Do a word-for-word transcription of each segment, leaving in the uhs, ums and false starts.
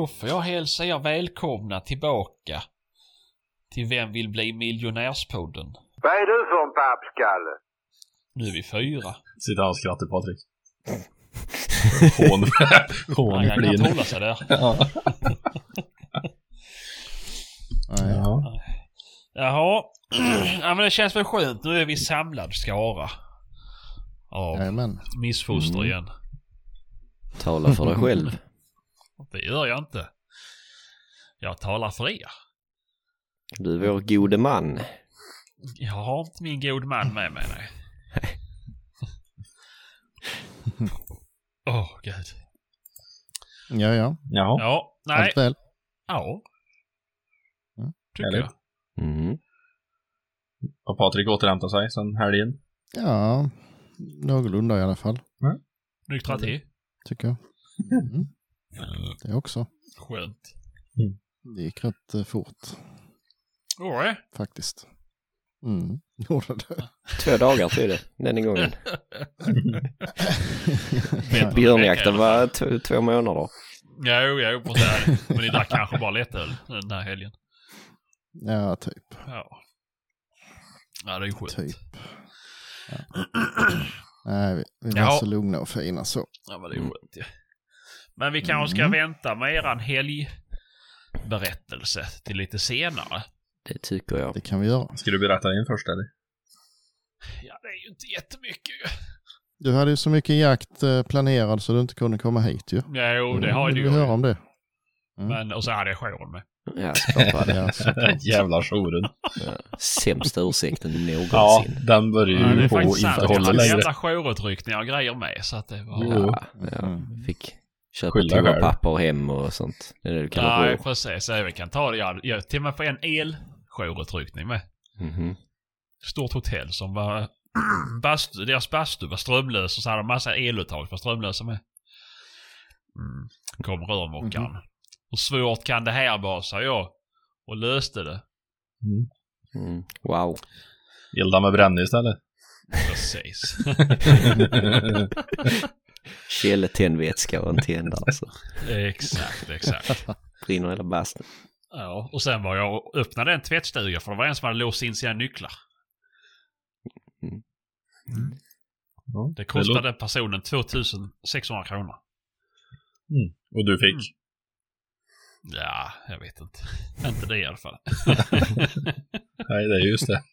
då får jag hälsa er välkomna tillbaka till Vem vill bli miljonärspodden. Vad är du för en pappskalle? Nu är vi fyra. Sitter han och skrattar, Patrik. Hån. Hån. Han kan inte hålla sig där. Ja. Ja. Jaha. Ja, men det känns väl skönt. Nu är vi samlad skara. Av Jajamän. missfoster Mm. igen. Tala för dig själv. Det gör jag inte. Jag talar för er. Du är vår gode man. Jag har inte min god man med mig, nej. Åh, oh, gud. Ja, ja. Jaha. Ja, nej. Allt väl? Ja. Mm. Tycker Eller? jag. Mm. Har Patrik återhämtat sig sen helgen? Ja, någorlunda i alla fall, Nyktra till. tycker jag. Mm. Det också. Skönt. Det gick rätt eh, fort, Oj. faktiskt. Mm, gjorde det. Två dagar till det, den gången. Vet Björnjakten var t- två månader. Jo, jo, på det. Men det där kanske bara lättöl den här helgen. Ja, typ. Ja. Ja, det är ju skönt. Typ. Ja. Nej, vi, vi var Ja. så lugna och fina så. Ja, men det är ju skönt, ja. Men vi kanske ska vänta med eran helgberättelse till lite senare. Det tycker jag. Det kan vi göra. Ska du berätta din först, eller? Ja, det är ju inte jättemycket ju. Du hade ju så mycket jakt eh, planerad så du inte kunde komma hit ju. Ja, jo, det har Vill du vi ju. höra om det? Men, och så hade jag jouren med. Ja, skapade. Ja, så. Jävla jouren. Ja, sämsta ursäkten någonsin. Ja, den börjar Ja, det ju är på att faktiskt sant. inte Jag hålla hade längre. jävla jourutryckningar och grejer med. Så att det var... Jo. Ja, ja, fick köpa Skylla själv. toapapper hem och sånt. Det är det du kallar Nej, på. precis. Så vi kan ta det. Jag, jag till och med få en el-jourutryckning med. Mhm. Stort hotell som var... bastu, deras bastu var strömlös och så hade de massa eluttag för strömlösa med. Mm. Kom rörmokaren. Mhm. Och svårt kan det här vara, sa jag. Och löste det. Mm. Mm. Wow. Elda med bränne istället. Precis. Källetändvätska och en tänd alltså. Exakt, exakt. Brinner hela basten. Ja, och sen var jag och öppnade en tvättstuga för det var en som hade låst in sina nycklar. Mm. Ja, Det kostade låter- personen tvåtusensexhundra kronor. Mm. Och du fick? Mm. Ja, jag vet inte. Inte det i alla fall. Nej, det är just det.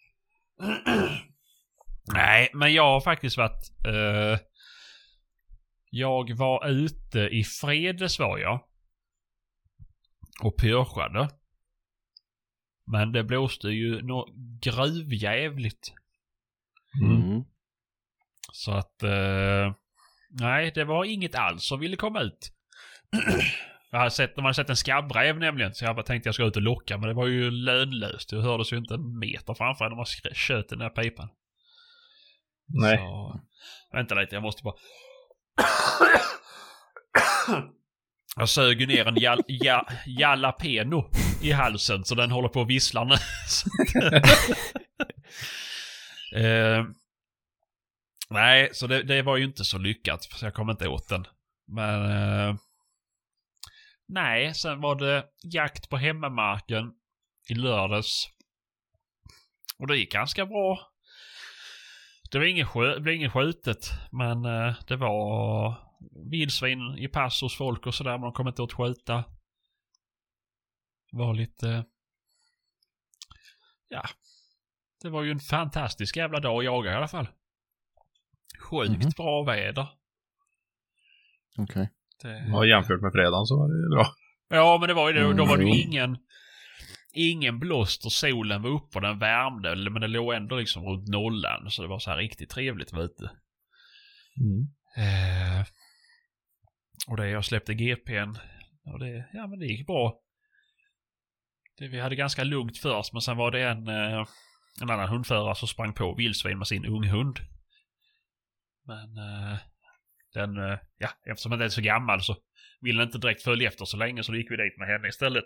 Nej, men jag har faktiskt varit... Eh, jag var ute i fredags var jag. Och pyrschade. Men det blåste ju något gruvjävligt. Mm. Så att... Eh, nej, det var inget alls som ville komma ut. Jag hade sett, de hade sett en skabbräv nämligen. Så jag bara tänkte jag ska ut och locka. Men det var ju lönlöst. Jag hördes ju inte en meter framför när man skrä- sköt den där pipan. Nej. Så, vänta lite, jag måste bara... Jag sög ner en jal, ja, jalapeno i halsen så den håller på att vissla nu. eh, nej, så det, det var ju inte så lyckat så jag kom inte åt den. Men eh, nej, sen var det jakt på hemmamarken i lördags. Och det gick ganska bra. Det var ingen, sjö, det blev ingen skjutet, men eh, det var vildsvin i pass hos folk och sådär, men de kom inte åt skjuta. Det var lite... Ja. Det var ju en fantastisk jävla dag att jaga i alla fall. Sjukt Mhm. bra väder. Okej. Det... Ja, jämfört med fredagen så var det ju bra. Ja, men det var ju det. Då var det ju Mm. ingen... Ingen blåst och solen var uppe och den värmde, men det låg ändå liksom runt nollan, så det var så här riktigt trevligt ute. Mm. Eh, och det jag släppte G P:n och det, ja men det gick bra. Det, vi hade ganska lugnt först, men sen var det en, eh, en annan hundförare som sprang på vildsvin med sin unghund. Men eh, den, eh, ja, eftersom den är så gammal så ville den inte direkt följa efter så länge, så då gick vi dit med henne istället.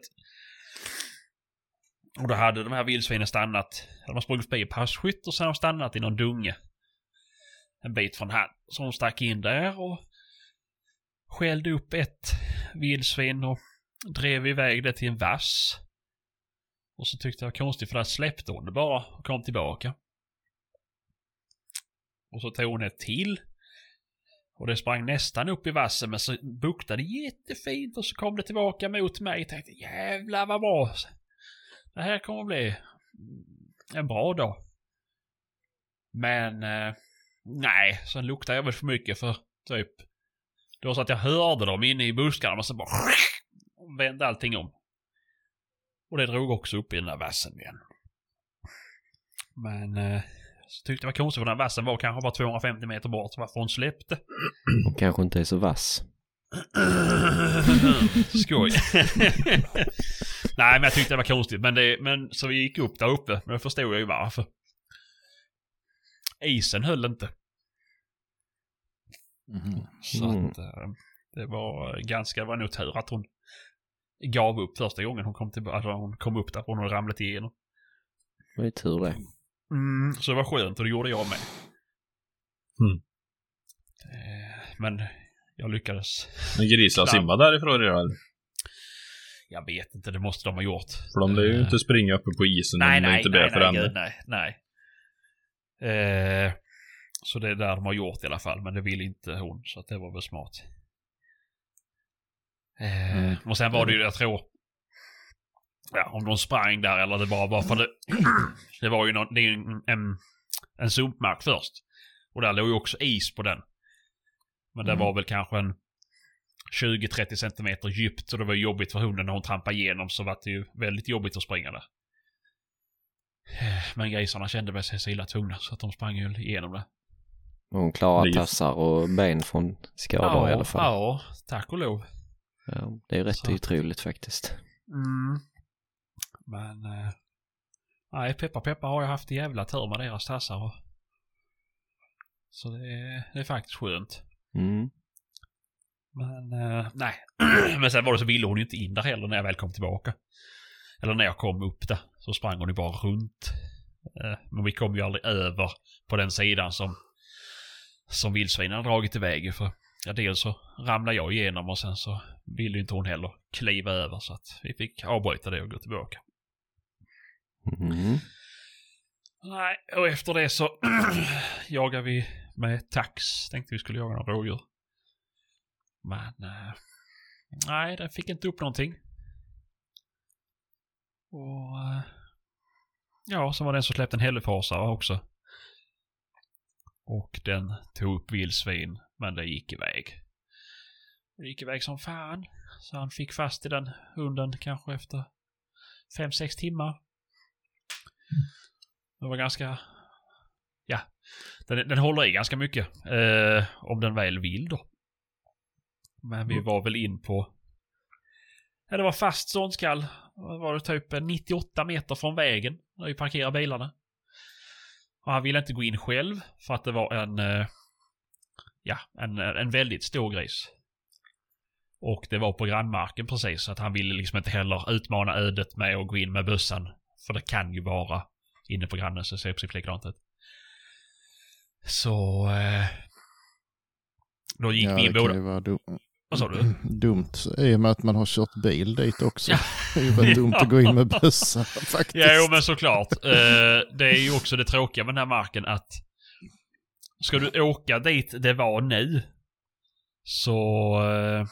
Och då hade de här vildsvinen stannat. De har sprungit förbi passkytt och sen har de stannat i någon dunge. En bit från här. Så hon stack in där och skällde upp ett vildsvin och drev iväg det till en vass. Och så tyckte jag det var konstigt för där släppte hon det bara och kom tillbaka. Och så tog hon ett till. Och det sprang nästan upp i vassen men så buktade jättefint och så kom det tillbaka mot mig. Jag tänkte jävlar vad bra. Det här kommer att bli en bra dag. Men eh, nej, sen luktade jag väl för mycket för typ. Det var så att jag hörde dem inne i buskarna och så bara vände allting om. Och det drog också upp i den där vassen igen. Men eh, så tyckte jag var konstigt för den här vassen var kanske bara tvåhundrafemtio meter bort varför hon släppte. Hon kanske inte är så vass. Skoj. Nej men jag tyckte det var konstigt. Men, det, men så vi gick upp där uppe. Men då förstod jag ju varför. Isen höll inte. Mm. Så att äh, det var ganska, det var nog tur att hon gav upp första gången hon kom till, alltså hon kom upp där hon hade ramlat igenom. Det var ju tur det. Mm, så det var skönt och det gjorde jag med. Mm. Eh, men jag lyckades. Men grisar simma därifrån redan? Jag vet inte, det måste de ha gjort. För de lär ju inte springa uppe på isen nej, om de nej, inte nej, ber för nej, henne. gud, nej, nej. Eh, så det är där de har gjort i alla fall. Men det vill inte hon, så att det var väl smart. Eh, mm. Och sen var det ju, jag tror, ja, om de sprang där eller det bara var för det. Det var ju någon, det är ju en, en, en sumpmark först. Och där låg ju också is på den. Men det mm. var väl kanske en tjugo till trettio centimeter djupt. Så det var jobbigt för hunden när hon trampade igenom. Så var det ju väldigt jobbigt att springa där. Men grisarna kände väl sig så illa tvungna. Så att de sprang ju igenom det. Hon klarar tassar och ben från skador ja, i alla fall. Ja, tack och lov. Ja, det är rätt så otroligt faktiskt. Mm. Men eh, nej, peppa peppa har jag haft jävla tur med deras tassar. Och, så det är, det är faktiskt skönt. Mm. Men eh, nej. Men sen var det så ville hon ju inte in där heller när jag väl kom tillbaka. Eller när jag kom upp där så sprang hon ju bara runt. Eh, men vi kom ju aldrig över på den sidan som som vildsvinen har dragit iväg. För ja, dels så ramlade jag igenom och sen så ville inte hon heller kliva över. Så att vi fick avbryta det och gå tillbaka. Mm. Nej, och efter det så jagar vi med tax. Tänkte vi skulle jaga några rådjur. Men eh, nej, den fick inte upp någonting. Och eh, ja, så var den som släppte en hällefasare också. Och den tog upp vildsvin, men det gick iväg. Det gick iväg som fan. Så han fick fast i den hunden kanske efter fem sex timmar. Det var ganska... Ja, den, den håller i ganska mycket. Eh, om den väl vill då. Men vi var väl in på... Ja, det var fast sånskall. Det var det typ nittioåtta meter från vägen. Där vi parkerade bilarna. Och han ville inte gå in själv. För att det var en... Eh, ja, en, en väldigt stor gris. Och det var på grannmarken precis. Så att han ville liksom inte heller utmana ödet med att gå in med bussen. För det kan ju vara inne på grannen så ser det precis likadant ut. Så... Eh, då gick ja, vi in båda. Vara dum- Vad sa du? Dumt i och med att man har kört bil dit också. Det är ju bara dumt att gå in med bussen faktiskt. Ja, jo, men såklart. Eh, det är ju också det tråkiga med den här marken att ska du åka dit det var nu så eh,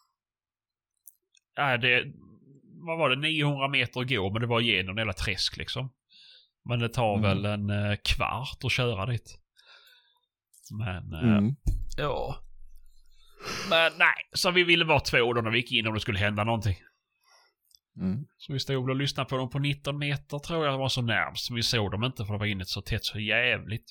är det vad var det niohundra meter att gå men det var igenom hela träsk liksom. Men det tar mm. väl en eh, kvart att köra dit. Men eh, mm. ja. Men nej, så vi ville vara två då när vi gick in om det skulle hända någonting. Mm. Så vi stod och lyssnade på dem på nitton meter tror jag var så närmst. Vi såg dem inte för det var inne så tätt så jävligt.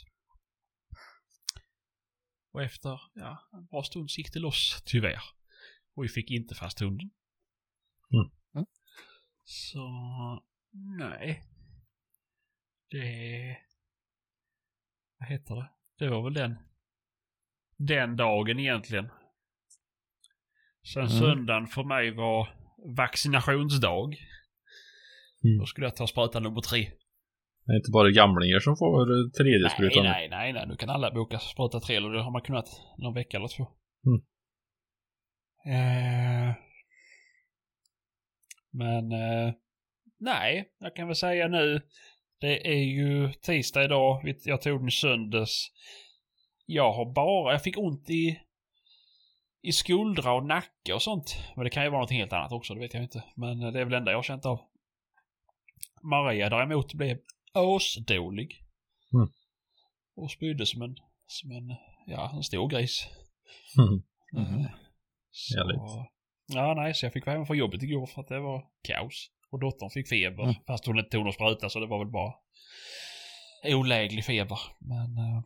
Och efter ja, en bra stund gick det loss tyvärr. Och vi fick inte fast hunden. Mm. Mm. Så nej. Det... Vad heter det? Det var väl den den dagen egentligen. Sen mm. söndagen för mig var vaccinationsdag. Mm. Då skulle jag ta spruta nummer tre. Det är inte bara gamlingar som får tredje sprutan. Nej, nej, nej, nej. Nu kan alla boka spruta tre och det har man kunnat någon vecka eller två. Mm. Eh, Men eh, nej, jag kan väl säga nu. Det är ju tisdag idag. Jag tog den söndags. Jag har bara, jag fick ont i i skuldra och nacke och sånt. Men det kan ju vara något helt annat också, det vet jag inte. Men det är väl enda jag har känt av. Maria däremot blev åsdålig. Mm. Och spydde som en, som en, ja, en stor gris. Mm. Mm. Så, ja, nej, så jag fick vara hemma från jobbet igår för att det var kaos. Och dottern fick feber, mm. fast hon inte tog någon spruta, så det var väl bara oläglig feber. Men uh,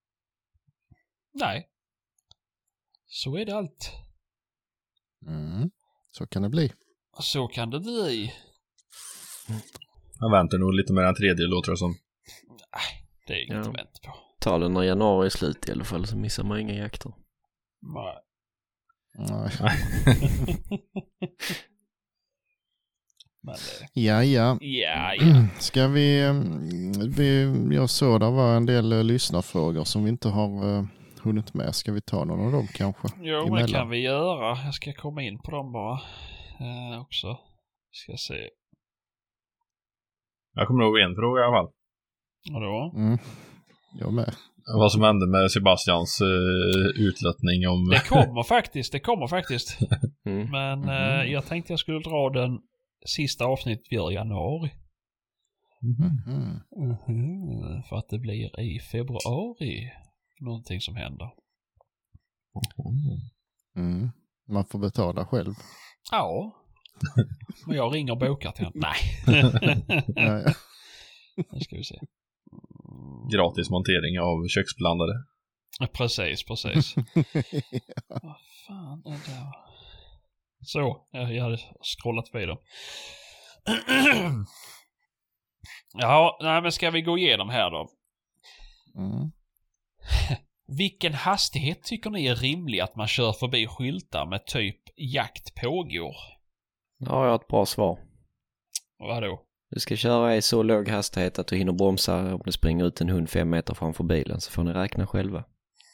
nej. Så är det allt. Mm. Så kan det bli. Så kan det bli. Jag väntar nog lite med den tredje, låter det som. Nej, det är inget ja. att vänta på. Ta den när januari är slut i alla fall, så missar man inga jakter. Nej. Nej. Men det... Ja, ja. Ja, ja. Ska vi, vi... Jag såg där var en del uh, lyssnarfrågor som vi inte har uh, hunnit med. Ska vi ta någon av dem kanske? Jo, men det kan vi göra. Jag ska komma in på dem bara. Uh, också. Ska se. Jag kommer ihåg en fråga i alla fall. Vadå? Mm. Jag med. Vad som hände med Sebastians uh, utlottning om... Det kommer faktiskt, det kommer faktiskt. Mm. Men Mm. uh, jag tänkte jag skulle dra den sista avsnittet vi gör i januari. Mm. Mm-hmm. För att det blir i februari någonting som händer. Mm. Man får betala själv. Ja. Men jag ringer och bokar till honom. Nej. Ja, ja. Nu ska vi se. Gratis montering av köksblandare. Precis, precis. Ja. Vad fan är det? Så, jag, jag hade scrollat förbi dem. Ja, nej, men ska vi gå igenom här då? Mm. Vilken hastighet tycker ni är rimlig att man kör förbi skyltar med typ jakt pågår? Ja, jag har ett bra svar. Vadå? Du ska köra i så låg hastighet att du hinner bromsa om det springer ut en hund fem meter framför bilen, så får ni räkna själva.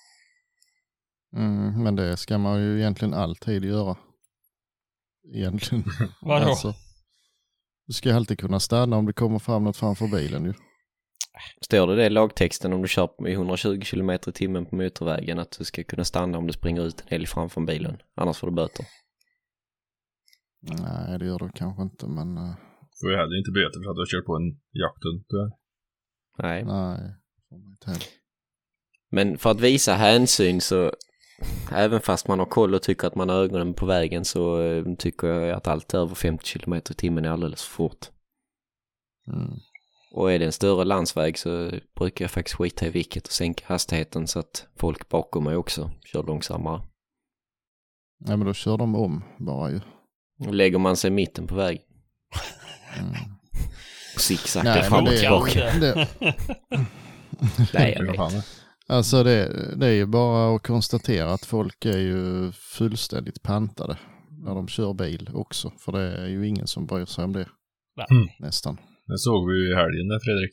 Mm, men det ska man ju egentligen alltid göra. Egentligen. Vadå? Alltså, du ska alltid kunna stanna om det kommer fram något framför bilen ju. Står det det i lagtexten om du kör med hundratjugo kilometer i timmen på motorvägen att du ska kunna stanna om det springer ut en älg framför bilen? Annars får du böter. Nej, det gör du kanske inte, men... Uh... Får ju heller inte böter för att du har kört på en jakthund. Nej. Nej, inte heller. Men för att visa hänsyn så, även fast man har koll och tycker att man har ögonen på vägen, så eh, tycker jag att allt över femtio kilometer i timmen är alldeles för fort. Mm. Och är det en större landsväg så brukar jag faktiskt skita i vilket och sänka hastigheten så att folk bakom mig också kör långsammare. Nej, men då kör de om bara ju. Och lägger man sig i mitten på vägen. Mm. Och zigzaggar Nej, fram men och det, tillbaka. det, Nej, jag vet. alltså det, det är ju bara att konstatera att folk är ju fullständigt pantade när de kör bil också. För det är ju ingen som bryr sig om det. Mm. Nästan. Det såg vi ju i helgen där, Fredrik.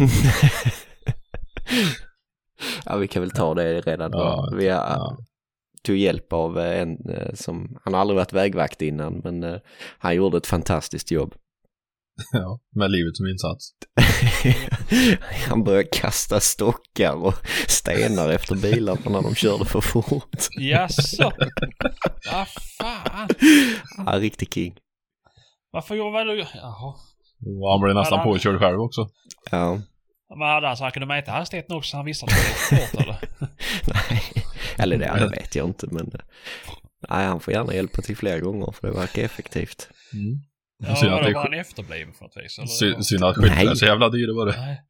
Ja, vi kan väl ta det redan då. Ja, vi har, ja. tog hjälp av en som, han har aldrig varit vägvakt innan, men uh, han gjorde ett fantastiskt jobb. Ja, med livet som insats. Han började kasta stockar och stenar efter bilarna när de körde för fort. Jaså? Vad fan? Ja, riktig king. Varför gjorde du? Jaha. Och han blev nästan han... påkörd själv också. Ja. Men hade han så han kunde mäta hastigheten också så han visste att det var fort eller? Nej, eller det, det vet jag inte, men nej, han får gärna hjälpa till flera gånger för det verkar effektivt. Mm. Ja, synd var att det det bara en efterbliven för något vis? Eller? Sy- synd att skyltar är så jävla dyra var det. Nej.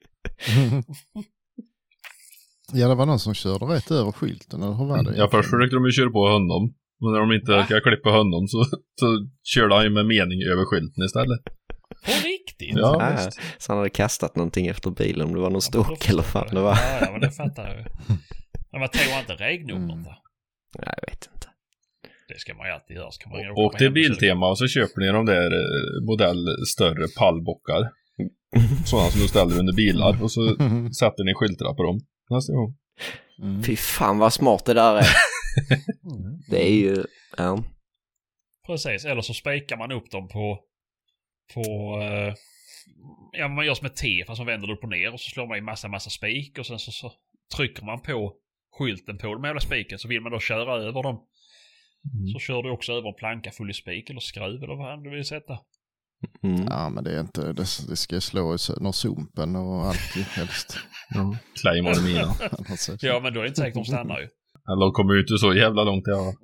Ja, det var någon som körde rätt över skylten, eller hur var det? Ja, först försökte de ju köra på honom. Men när de inte Va? kan klippa honom så, så körde han ju med mening över skylten istället. På riktigt? Ja, Ja, visst. så han hade kastat någonting efter bilen, om det var någon stock eller vad det var. Ja, ja, men det fattar jag. Men vad tog han inte regnumret Mm. då? Nej, jag vet inte. Det ska man ju alltid göra. Ska man ju Och till Biltema och så köper ni de där eh, modell större pallbockar. Sådana som du ställer under bilar. Och så sätter ni skyltar på dem nästa gång. Mm. Fy fan vad smart det där är. Mm. Det är ju, ja. Precis, eller så spikar man upp dem på på uh, ja, man gör som ett T fast man vänder upp och ner och så slår man i massa massa spik och sen så, så trycker man på skylten på de jävla spiken, så vill man då köra över dem. Mm. Så kör du också över en planka full i spik eller skruv eller vad du vill sätta. Mm. Ja, men det är inte, det, det ska slå någon sumpen och allt helst. Ja, Claymore mina. Ja, men då är det inte säkert de stannar ju. Eller de kommer ju inte så jävla långt, ja.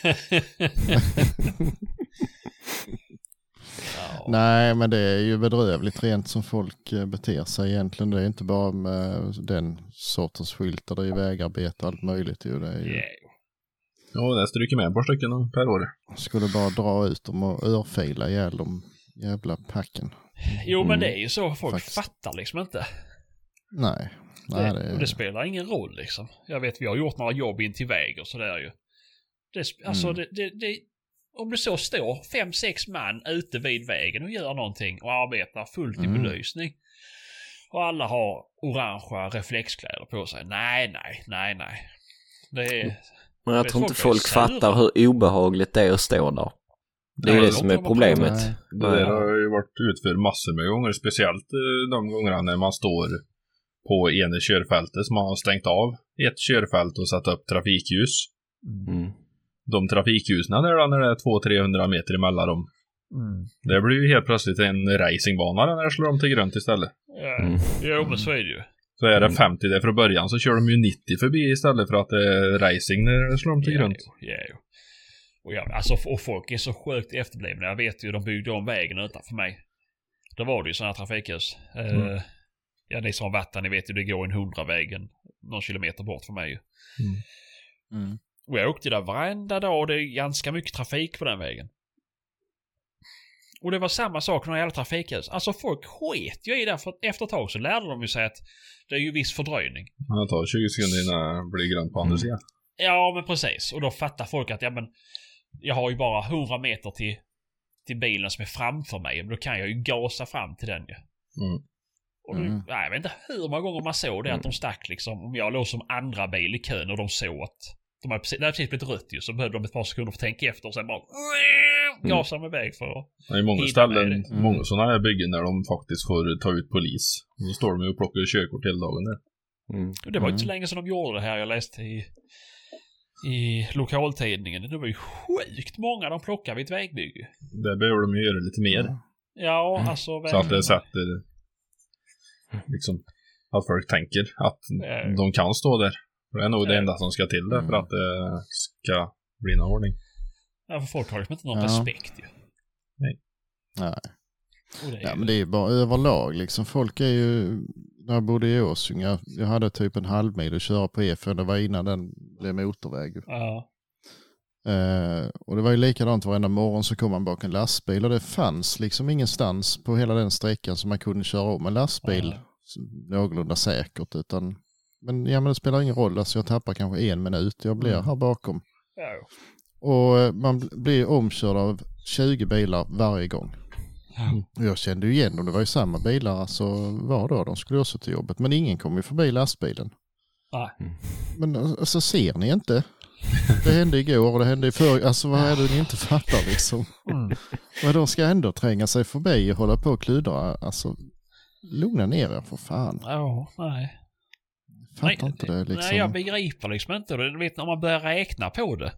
Ja. Nej, men det är ju bedrövligt rent som folk beter sig egentligen. Det är inte bara med den sortens skyltar, det är vägarbete allt möjligt ju. Det är ju... Yeah. Ja, det stryker med ett par stycken per år. Skulle bara dra ut dem och örfila ihjäl de jävla packen. Jo, men mm. det är ju så folk Faktiskt. fattar liksom inte. Nej. Nej det, det... det spelar ingen roll liksom. Jag vet, vi har gjort några jobb in till väg och sådär ju. Det, alltså, mm. det, det, det, om det så står fem, sex man ute vid vägen och gör någonting och arbetar fullt i mm. belysning. Och alla har orangea reflexkläder på sig. Nej, nej, nej, nej. Det är... Men jag tror inte folk fattar hur obehagligt det är att stå där. Det är Nej, det som är problemet. Det där har ju varit utför massor med gånger. Speciellt de gångerna när man står på ena körfältet som man har stängt av ett körfält och satt upp trafikljus. Mm. De trafikljusen där när det är två till trehundra meter emellan dem. Mm. Det blir ju helt plötsligt en racingbana när det slår dem till grönt istället. Ja, mm. Jo, men så är det ju. Så är det femtio där från början så kör de ju nittio förbi istället för att det är racing när det slår dem till grönt. Ja, ja. Och, ja, alltså, och folk är så sjukt efterblivna. Jag vet ju, de byggde om vägen utanför mig. Då var det ju sådana trafikljus. Mm. Uh, ja, ni som har varit där, ni vet ju, det går en hundra-vägen någon kilometer bort för mig ju. Mm. Mm. Och jag åkte där varenda dag och det är ganska mycket trafik på den vägen. Och det var samma sak med alla trafikljus. Alltså folk sket ju i det, för efter ett tag så lärde de ju sig att det är ju viss fördröjning. Det tar tjugo sekunder innan det blir grönt på andra sidan. Ja, men precis. Och då fattar folk att ja, men jag har ju bara hundra meter till, till bilen som är framför mig. Men då kan jag ju gasa fram till den ju. Mm. Och då, mm. nej, jag vet inte hur många gånger man såg det mm. att de stack liksom. Om jag låg som andra bil i kön och de såg att de hade precis, det hade precis blivit rött ju. Så behövde de ett par sekunder för att tänka efter och sen bara mm. gasa med väg för att det är många ställen, mm. många sådana här byggen där de faktiskt får ta ut polis. Och så står de ju och plockar körkort hela dagen där. Mm. Och det var mm. inte så länge sedan de gjorde det här. Jag läste i i lokaltidningen. Det var ju sjukt många de plockar vid ett vägbygge. Det behöver de ju göra lite mer. Ja, mm. alltså... Så att det sätter liksom att folk tänker att mm. de kan stå där. Det är nog det enda som ska till där för att det ska bli någon ordning. Ja, för folk har liksom inte någon ja. respekt ju. Nej. Nej. Det ja, ju... men det är bara överlag liksom. Folk är ju... När jag bodde i Åsung, jag, jag hade typ en halv mil att köra på E fyra. Det var innan den blev motorväg. Ja. Uh, och det var ju likadant varenda morgon så kom man bak en lastbil. Och det fanns liksom ingenstans på hela den sträckan som man kunde köra om en lastbil. Ja. Någorlunda säkert. Utan, men, ja, men det spelar ingen roll. Alltså jag tappar kanske en minut. Jag blir mm. här bakom. Ja. Och man blir omkörd av tjugo bilar varje gång. Mm. Jag kände ju igen dem, det var ju samma bilar alltså var då, de skulle också till jobbet, men ingen kom ju förbi lastbilen. Ah. Men alltså ser ni inte? Det hände igår och det hände i förr, alltså vad är det ni inte fattar liksom? Mm. Men de ska ändå tränga sig förbi och hålla på och kludra, alltså lugna ner er för fan. Ja, oh, nej. Fattar nej, inte det liksom. Nej, jag begriper liksom inte, du vet när man börjar räkna på det.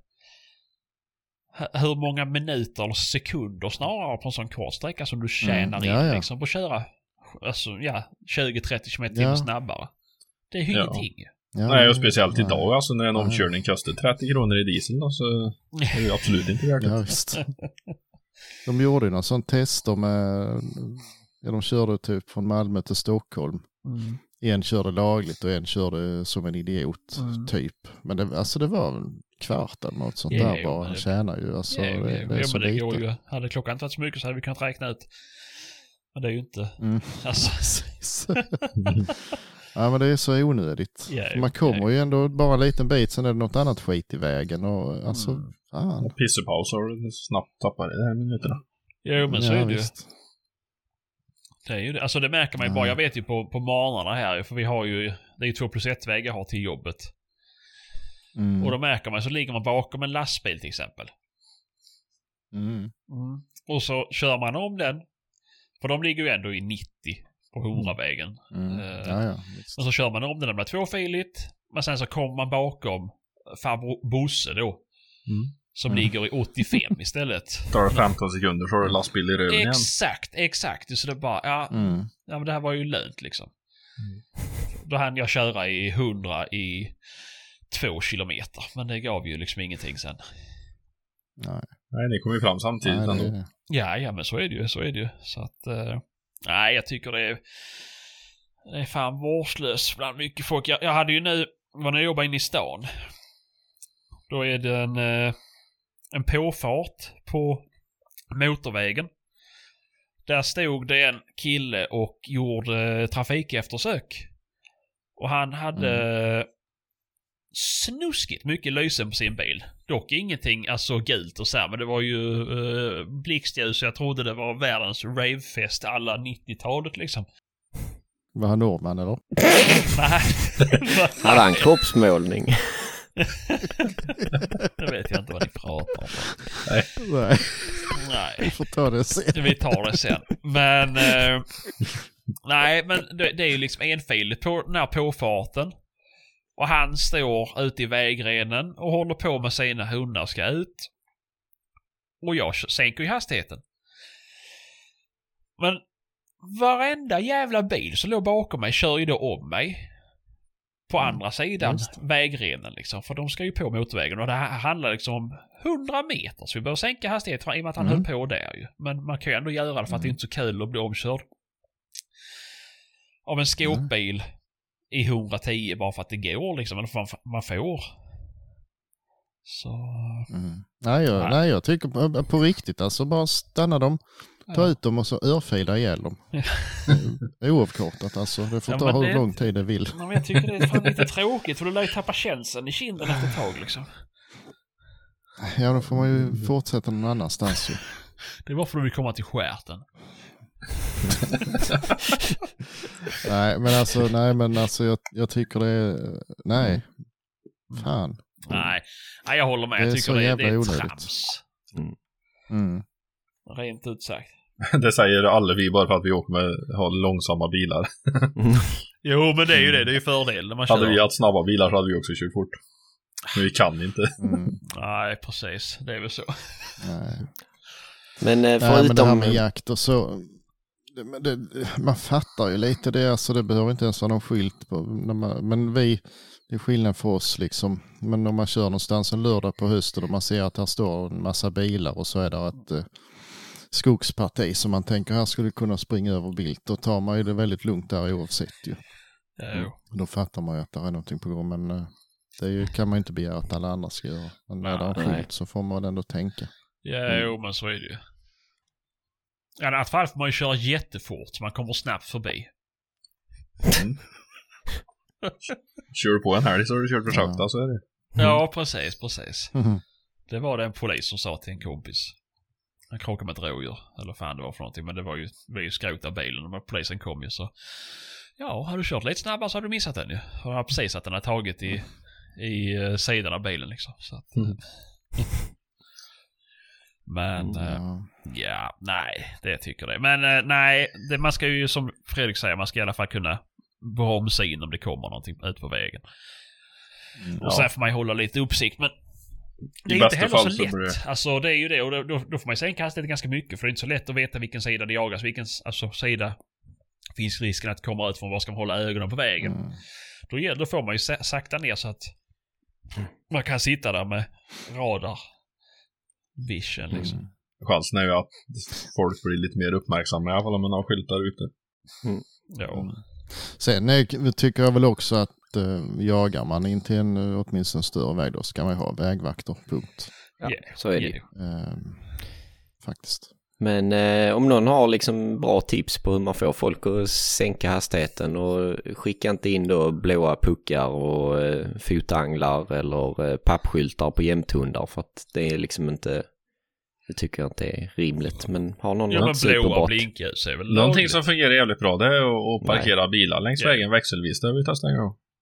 Hur många minuter eller sekunder snarare på en sån kort sträcka som du tjänar mm, ja, in ja. liksom på att köra alltså, ja, tjugo till trettio kilometer ja. snabbare. Det är ju ja. ingenting. Ja, nej, och speciellt nej. idag alltså när en omkörning kostar trettio kronor i diesel då, så är det ju absolut inte värt det. Ja, visst. De gjorde ju någon sån tester med ja, de körde typ från Malmö till Stockholm. Mm. En körde lagligt och en körde som en idiot mm. typ. Men det, alltså det var en kvart eller något sånt yeah, där bara. Han tjänar ju. Alltså, yeah, det, yeah, det är ja, så men det lite. Går ju, hade klockan inte varit så mycket så hade vi kunnat räkna ut. Men det är ju inte. Mm. Alltså. Ja, men det är så onödigt. Yeah, man kommer yeah. ju ändå bara en liten bit, sen är det något annat skit i vägen. Och, alltså, mm. fan. Pissepaus och snabbt tappar det här minuterna. Jo, men så ja, är det visst. ju. Det är ju det. Alltså det märker man ju ja. bara. Jag vet ju på, på morgnarna här. För vi har ju, det är ju två plus ett vägar jag har till jobbet. Mm. Och då märker man så ligger man bakom en lastbil till exempel. Mm. Mm. Och så kör man om den. För de ligger ju ändå i nittio på hundravägen. Mm. Uh, Ja, ja, och så kör man om den, den blir tvåfiligt. Men sen så kommer man bakom farbror Bosse då. Mm. Som Mm. ligger i åttiofem istället. Tar det femton sekunder så har du lastbil i röven igen. Exakt, exakt. Så det bara, ja, Mm. ja men det här var ju lönt liksom. Mm. Då hann jag köra i hundra i två kilometer. Men det gav ju liksom ingenting sen. Nej. Nej, ni kommer ju fram samtidigt Nej, det ändå. är det. Ja, ja men så är det ju, så är det ju. Så att, eh, nej jag tycker det är, det är fan vårdslöst bland mycket folk. Jag, jag hade ju nu, var när jag jobbade inne i stan. Då är det en, eh, en påfart på motorvägen. Där stod det en kille och gjorde trafikeftersök. Och han hade mm. snuskigt mycket lysen på sin bil. Dock ingenting alltså gult och så här, men det var ju eh, blixtljus, så jag trodde det var världens ravefest alla nittiotalet liksom. Var han norrman eller? Nej. Hade han kroppsmålning? Det vet jag inte vad ni pratar om. Nej. Nej. Nej. Vi får ta det sen. Vi tar det sen. Men eh, nej, men det, det är ju liksom enfiligt på den här påfarten. Och han står ute i vägrenen och håller på med sina hundar ska ut. Och jag sänker ju hastigheten. Men varenda jävla bil som låg bakom mig kör ju då om mig. På mm. andra sidan vägrenen liksom. För de ska ju på motorvägen. Och det här handlar liksom om hundra meter. Så vi behöver sänka hastigheten i och med att han mm. höll på där ju. Men man kan ju ändå göra det för att mm. det är inte så kul att bli omkörd av en skåpbil mm. i hundratio bara för att det går liksom. Eller för man, man får. Så... Mm. Nej, jag, nej. nej, jag tycker på, på riktigt. Alltså bara stanna dem. Ta ja. ut dem och så örfila ihjäl dem. Ja. Oavkortat alltså. Det får ja, ta hur det... lång tid det vill. Ja, men jag tycker det är fan lite tråkigt. För du lär ju tappa känslan i kinden efter ett tag liksom. Ja, då får man ju fortsätta någon annanstans ju. Det var för att du vill komma till skärten. nej, men alltså, nej, men alltså jag, jag tycker det är... Nej. Fan. Nej, nej jag håller med. Jag tycker det är, det är, det är trams. Mm. Mm. Rent ut sagt. Det säger alla vi bara för att vi åker med har långsamma bilar. Jo, men det är ju det. Det är ju fördel när man hade kör. vi haft snabba bilar så hade vi också kört fort. Men vi kan inte. Mm. Nej, precis. Det är väl så. Nej. Men eh, förutom... Nej, men det här med jakt och så... Det, det, man fattar ju lite det. Alltså det behöver inte ens vara någon skylt på. Man, men vi... Det är skillnad för oss liksom. Men om man kör någonstans en lördag på hösten och man ser att här står en massa bilar och så är det ett eh, skogsparti som man tänker här skulle kunna springa över bild. Då tar man ju det väldigt lugnt där oavsett ju. Ja, mm. Då fattar man ju att det är någonting på gång. Men eh, det är ju, kan man inte begära att alla andra ska göra. Men när det är en skylt så får man ändå tänka. Ja, mm. jo, men så är det ju. I alla fall får man ju köra jättefort så man kommer snabbt förbi. Mm. Kör på en här så har du kört för sakta, ja. Så är det. Mm. Ja, precis, precis. Mm. Det var det en polis som sa till en kompis. Han krockade med ett rådjur. Eller fan det var för någonting. Men det var ju, det var ju skrot av bilen. Och polisen kom ju så. Ja, har du kört lite snabbare så har du missat den ju. Och han har precis att den har tagit i, i uh, sidan av bilen liksom. Så att, mm. Men, mm. uh, ja, nej, det tycker jag. Men uh, nej, det, man ska ju som Fredrik säger, man ska i alla fall kunna bromsa in om det kommer någonting ut på vägen. Mm, och ja. Sen får man ju hålla lite uppsikt, men det är I inte heller så lätt. Det... Alltså det är ju det, och då, då får man ju sänka hastigheten ganska mycket, för det är inte så lätt att veta vilken sida det jagas, vilken alltså, sida finns risken att komma ut från, var ska man hålla ögonen på vägen. Mm. Då, då får man ju sakta ner så att man kan sitta där med radar vision liksom. Mm. Chansen är ju att folk blir lite mer uppmärksamma i alla fall om man har skyltar ute. Mm. Ja. Mm. Sen jag, tycker jag väl också att äh, jagar man in till en åtminstone större väg, då ska man ha vägvakter, punkt. Ja, yeah, så är det ju. Äh, faktiskt. Men eh, om någon har liksom bra tips på hur man får folk att sänka hastigheten, och skicka inte in då blåa puckar och eh, fotanglar eller eh, pappskyltar på jämthundar, för att det är liksom inte... Det tycker jag inte är rimligt, men har någon ja, men blåa blinkljus är väl någonting som fungerar jävligt bra, det är att parkera Nej. bilar längs yeah. vägen växelvis. Det har vi testat en gång.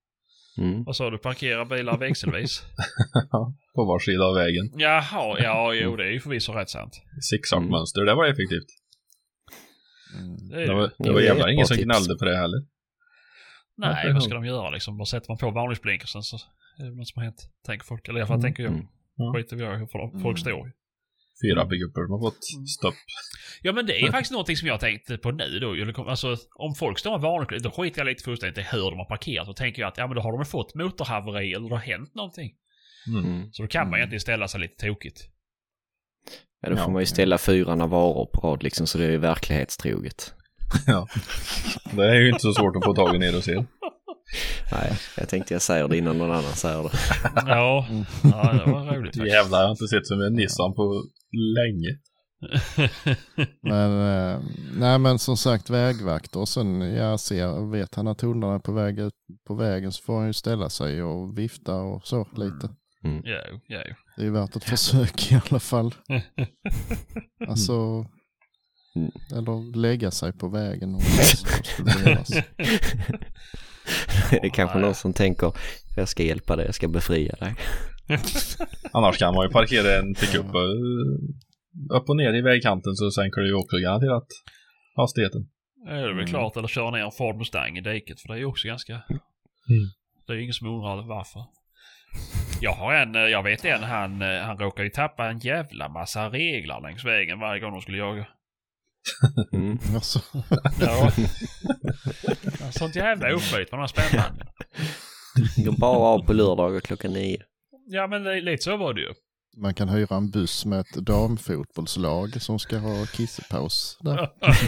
Mm. Vad sa du? Parkera bilar växelvis? På var sida av vägen. Jaha, ja, jo, det är ju förvisso rätt sant. Zigzagmönster, det var effektivt. Mm. Det, är Det det. var, det är var ett jävlar bra ingen som tips. gnällde på det heller. Nej, Ja, vad ska de göra liksom? Bara sätter man på varningsblinkersen så är det något som har hänt. Tänker folk. Eller i alla fall Mm. tänker jag. Mm. Ja. Skiter vi i hur folk Mm. står ju. Fyra pickuper som har fått stopp. Ja, men det är faktiskt någonting som jag tänkte på nu då. Eller kom- Alltså, om folk står med varningsklockor, då skiter jag lite fullständigt i hur de har parkerat. Då tänker jag att ja, men då har de fått motorhaveri eller det har hänt någonting. Mm. Mm. Så då kan man Mm. egentligen ställa sig lite tokigt. Ja, då får Ja. man ju ställa fyra varor på rad liksom, så det är verklighetstroget. Ja. Det är ju inte så svårt att få tag i ner och se. Nej, jag tänkte jag säger det innan någon annan säger det. Ja, ja det var roligt faktiskt. Jävlar, jag har inte sett som en Nissan på länge. Men, eh, nej men som sagt vägvakt och sen jag ser, vet han att hundarna är på väg ut på vägen så får han ju ställa sig och vifta och så lite. Mm. Ja, jo, ja, jo. Det är ju värt ett försök i alla fall. Alltså, Mm. eller lägga sig på vägen och så skulle det göras. Det är kanske någon som tänker, jag ska hjälpa dig, jag ska befria dig. Annars kan man ju parkera en pickup eh, upp och ner i vägkanten så sänker det ju också garanterat hastigheten. Ja, det är väl Mm. klart. Eller köra ner en Ford Mustang i diket. För det är ju också ganska... Mm. Det är ju ingen som undrar varför. Jag har en, jag vet en, han, han råkar ju tappa en jävla massa regler längs vägen varje gång de skulle jaga. Mm. Alltså, Ja. Sånt jävla oflyt med de här spännbanden. Går bara av på lördagar klockan nio. Ja, men det- lite så var det ju. man kan hyra en buss med ett damfotbollslag som ska ha kissepaus där.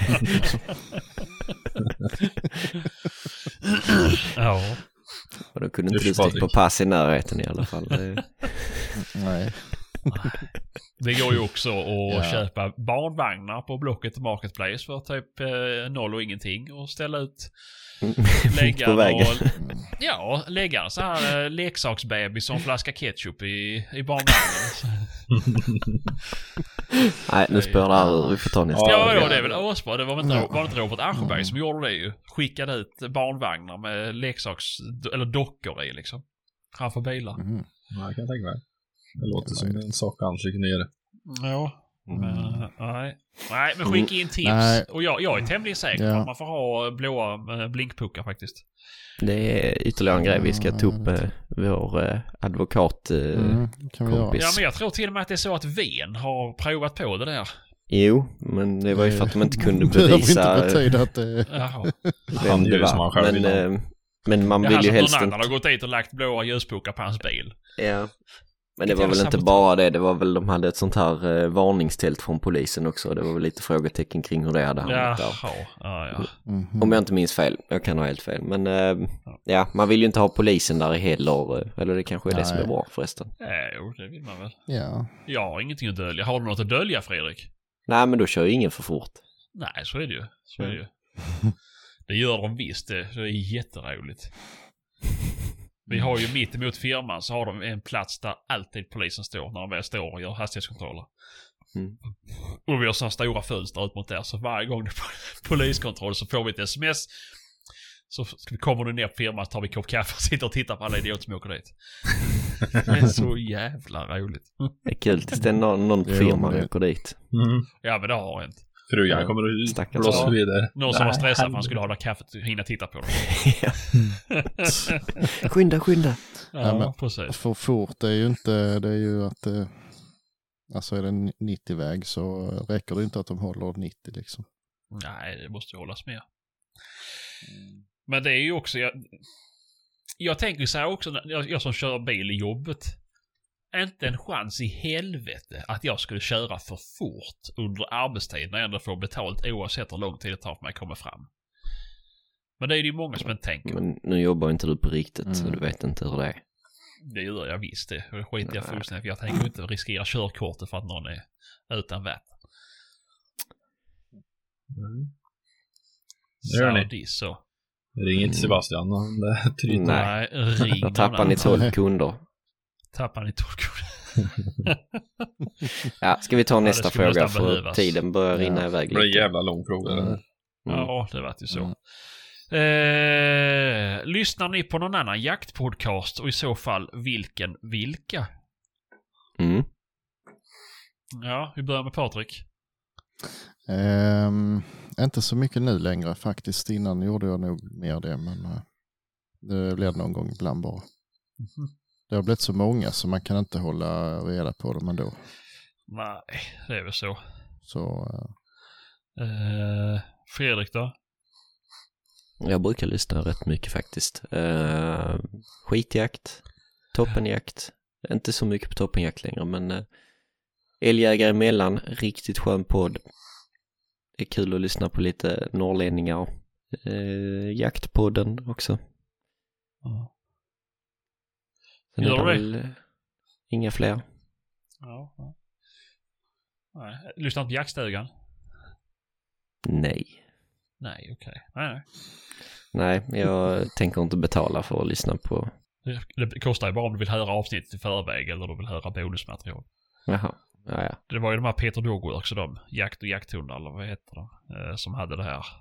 Ja. Och då kunde inte Usch, du stå på Patrik. pass i närheten i alla fall. Det- Nej. Det går ju också att Ja. köpa barnvagnar på Blocket Marketplace för typ eh, noll och ingenting och ställa ut lägga På vägen. och, ja, lägga en så här eh, leksaksbebis som flaska ketchup i, i barnvagnen. Nej, nu spår det här ur. Vi får ta nästa. Ja, Ja, ja, det är väl asbra. Det var väl inte, Ja. var det inte Robert Aschberg som gjorde det ju. Skickade ut barnvagnar med leksaks, eller dockor i liksom. Framför bilar. Mm. Ja, jag kan tänka mig. Det låter som en sak han skulle kunna göra. Ja. Men, nej. nej, men skicka in tips. Nej. Och jag, jag är tämligen säker Ja. på att man får ha blåa eh, blinkpuckar faktiskt. Det är ytterligare en grej vi ska ta upp med vår eh, advokat. Eh, Mm, kan vi göra. kompis. Ja, men jag tror till och med att det är så att Ven har provat på det där. Jo, men det var ju för att de inte kunde Det behöver bevisa inte betyda att det är... Jaha. Han vem gör det ju som han var. själv Men, vill ha. eh, men man Jag vill har ju sett helst någon inte... annan har gått dit och lagt blåa ljuspunkar på hans bil. Ja. Men det Vilket var väl jävla inte sabotör. bara det, det var väl de hade ett sånt här eh, varningstält från polisen också. Det var väl lite frågetecken kring hur det hade hamnat där. Jaha. Ja, ja. Mhm. Om jag inte minns fel, jag kan ha helt fel. Men eh, ja, man vill ju inte ha polisen där heller. eh, Eller det kanske är det som är Nej. bra förresten. Ja, jo, det vill man väl. Ja. Jag har ingenting att dölja. Har du något att dölja, Fredrik? Nej, men då kör ju ingen för fort. Nej, så är det ju. Så är det ju. Det gör de visst det. Det är jätteroligt. Vi har ju mitt emot firman så har de en plats där alltid polisen står när de väl står och gör hastighetskontroller. Mm. Och vi har sådana stora fönster ut mot där så varje gång det är poliskontroll så får vi ett sms. Så ska vi kommer du ner på firman så tar vi en kopp kaffe och sitter och tittar på alla idioter som åker dit. Det är så jävla roligt. Det är kul tills det är någon, någon på Jo, firman det- åker dit. Mm. Ja, men det har hänt. Frugan Ja, kommer att stackars blåsa barn. vidare. Någon som var Nej, stressad för att han helvete. skulle ha det kaffet och hinna titta på det. Skynda, skynda. Ja, Ja, men- precis. För fort det är ju inte, det är ju att det, alltså är det nittio-väg så räcker det inte att de håller nittio liksom. Nej, det måste ju hållas med. Men det är ju också... Jag, jag tänker så här också, när jag, jag som kör bil i jobbet. Inte en chans i helvete att jag skulle köra för fort under arbetstid när jag ändå får betalt oavsett hur lång tid det tar för mig att komma fram. Men det är det ju många som inte tänker. Men nu jobbar inte du på riktigt så Mm. du vet inte hur det är. Det gör jag visst det. Och det skiter jag Nej. fullständigt för jag tänker ju inte riskera körkortet för att någon är utan vatten. Det gör ni. Saudi så. Ring inte Sebastian om det tryter. Nej. Nej, ring Då tappar ni tolv kunder. Tappar ni tolv. Ja, ska vi ta det nästa skulle fråga nästan för behövas. tiden börjar rinna Ja. iväg Det blir en lite. jävla lång fråga. Mm. Mm. Ja, det var ju så. Mm. Eh, lyssnar ni på någon annan jaktpodcast och i så fall vilken, vilka? Mm. Ja, vi börjar med Patrik. Um, inte så mycket nu längre faktiskt. Innan gjorde jag nog mer det, men uh, det blir någon gång ibland bara. Mm-hmm. Det har blivit så många så man kan inte hålla reda på dem ändå. Nej, det är väl så. Så, uh... eh, Fredrik då? Jag brukar lyssna rätt mycket faktiskt. Uh, skitjakt, toppenjakt. Inte så mycket på toppenjakt längre, men uh, älgjägare emellan, riktigt skön podd. Det är kul att lyssna på lite norrlänningar. Uh, jaktpodden också. Mm. Sen Gör är det det? väl uh, inga fler. Ja, ja. Nej, lyssnar på jaktstugan? Nej. Nej, okej. Okay. Nej, nej. Nej, jag tänker inte betala för att lyssna på. Det, det kostar ju bara om du vill höra avsnittet i förväg eller du vill höra bonusmaterial. Jaha, ja, ja. Det var ju de här Peter Dogworks och de, Jakt och jakthundar eller vad heter det, eh, som hade det här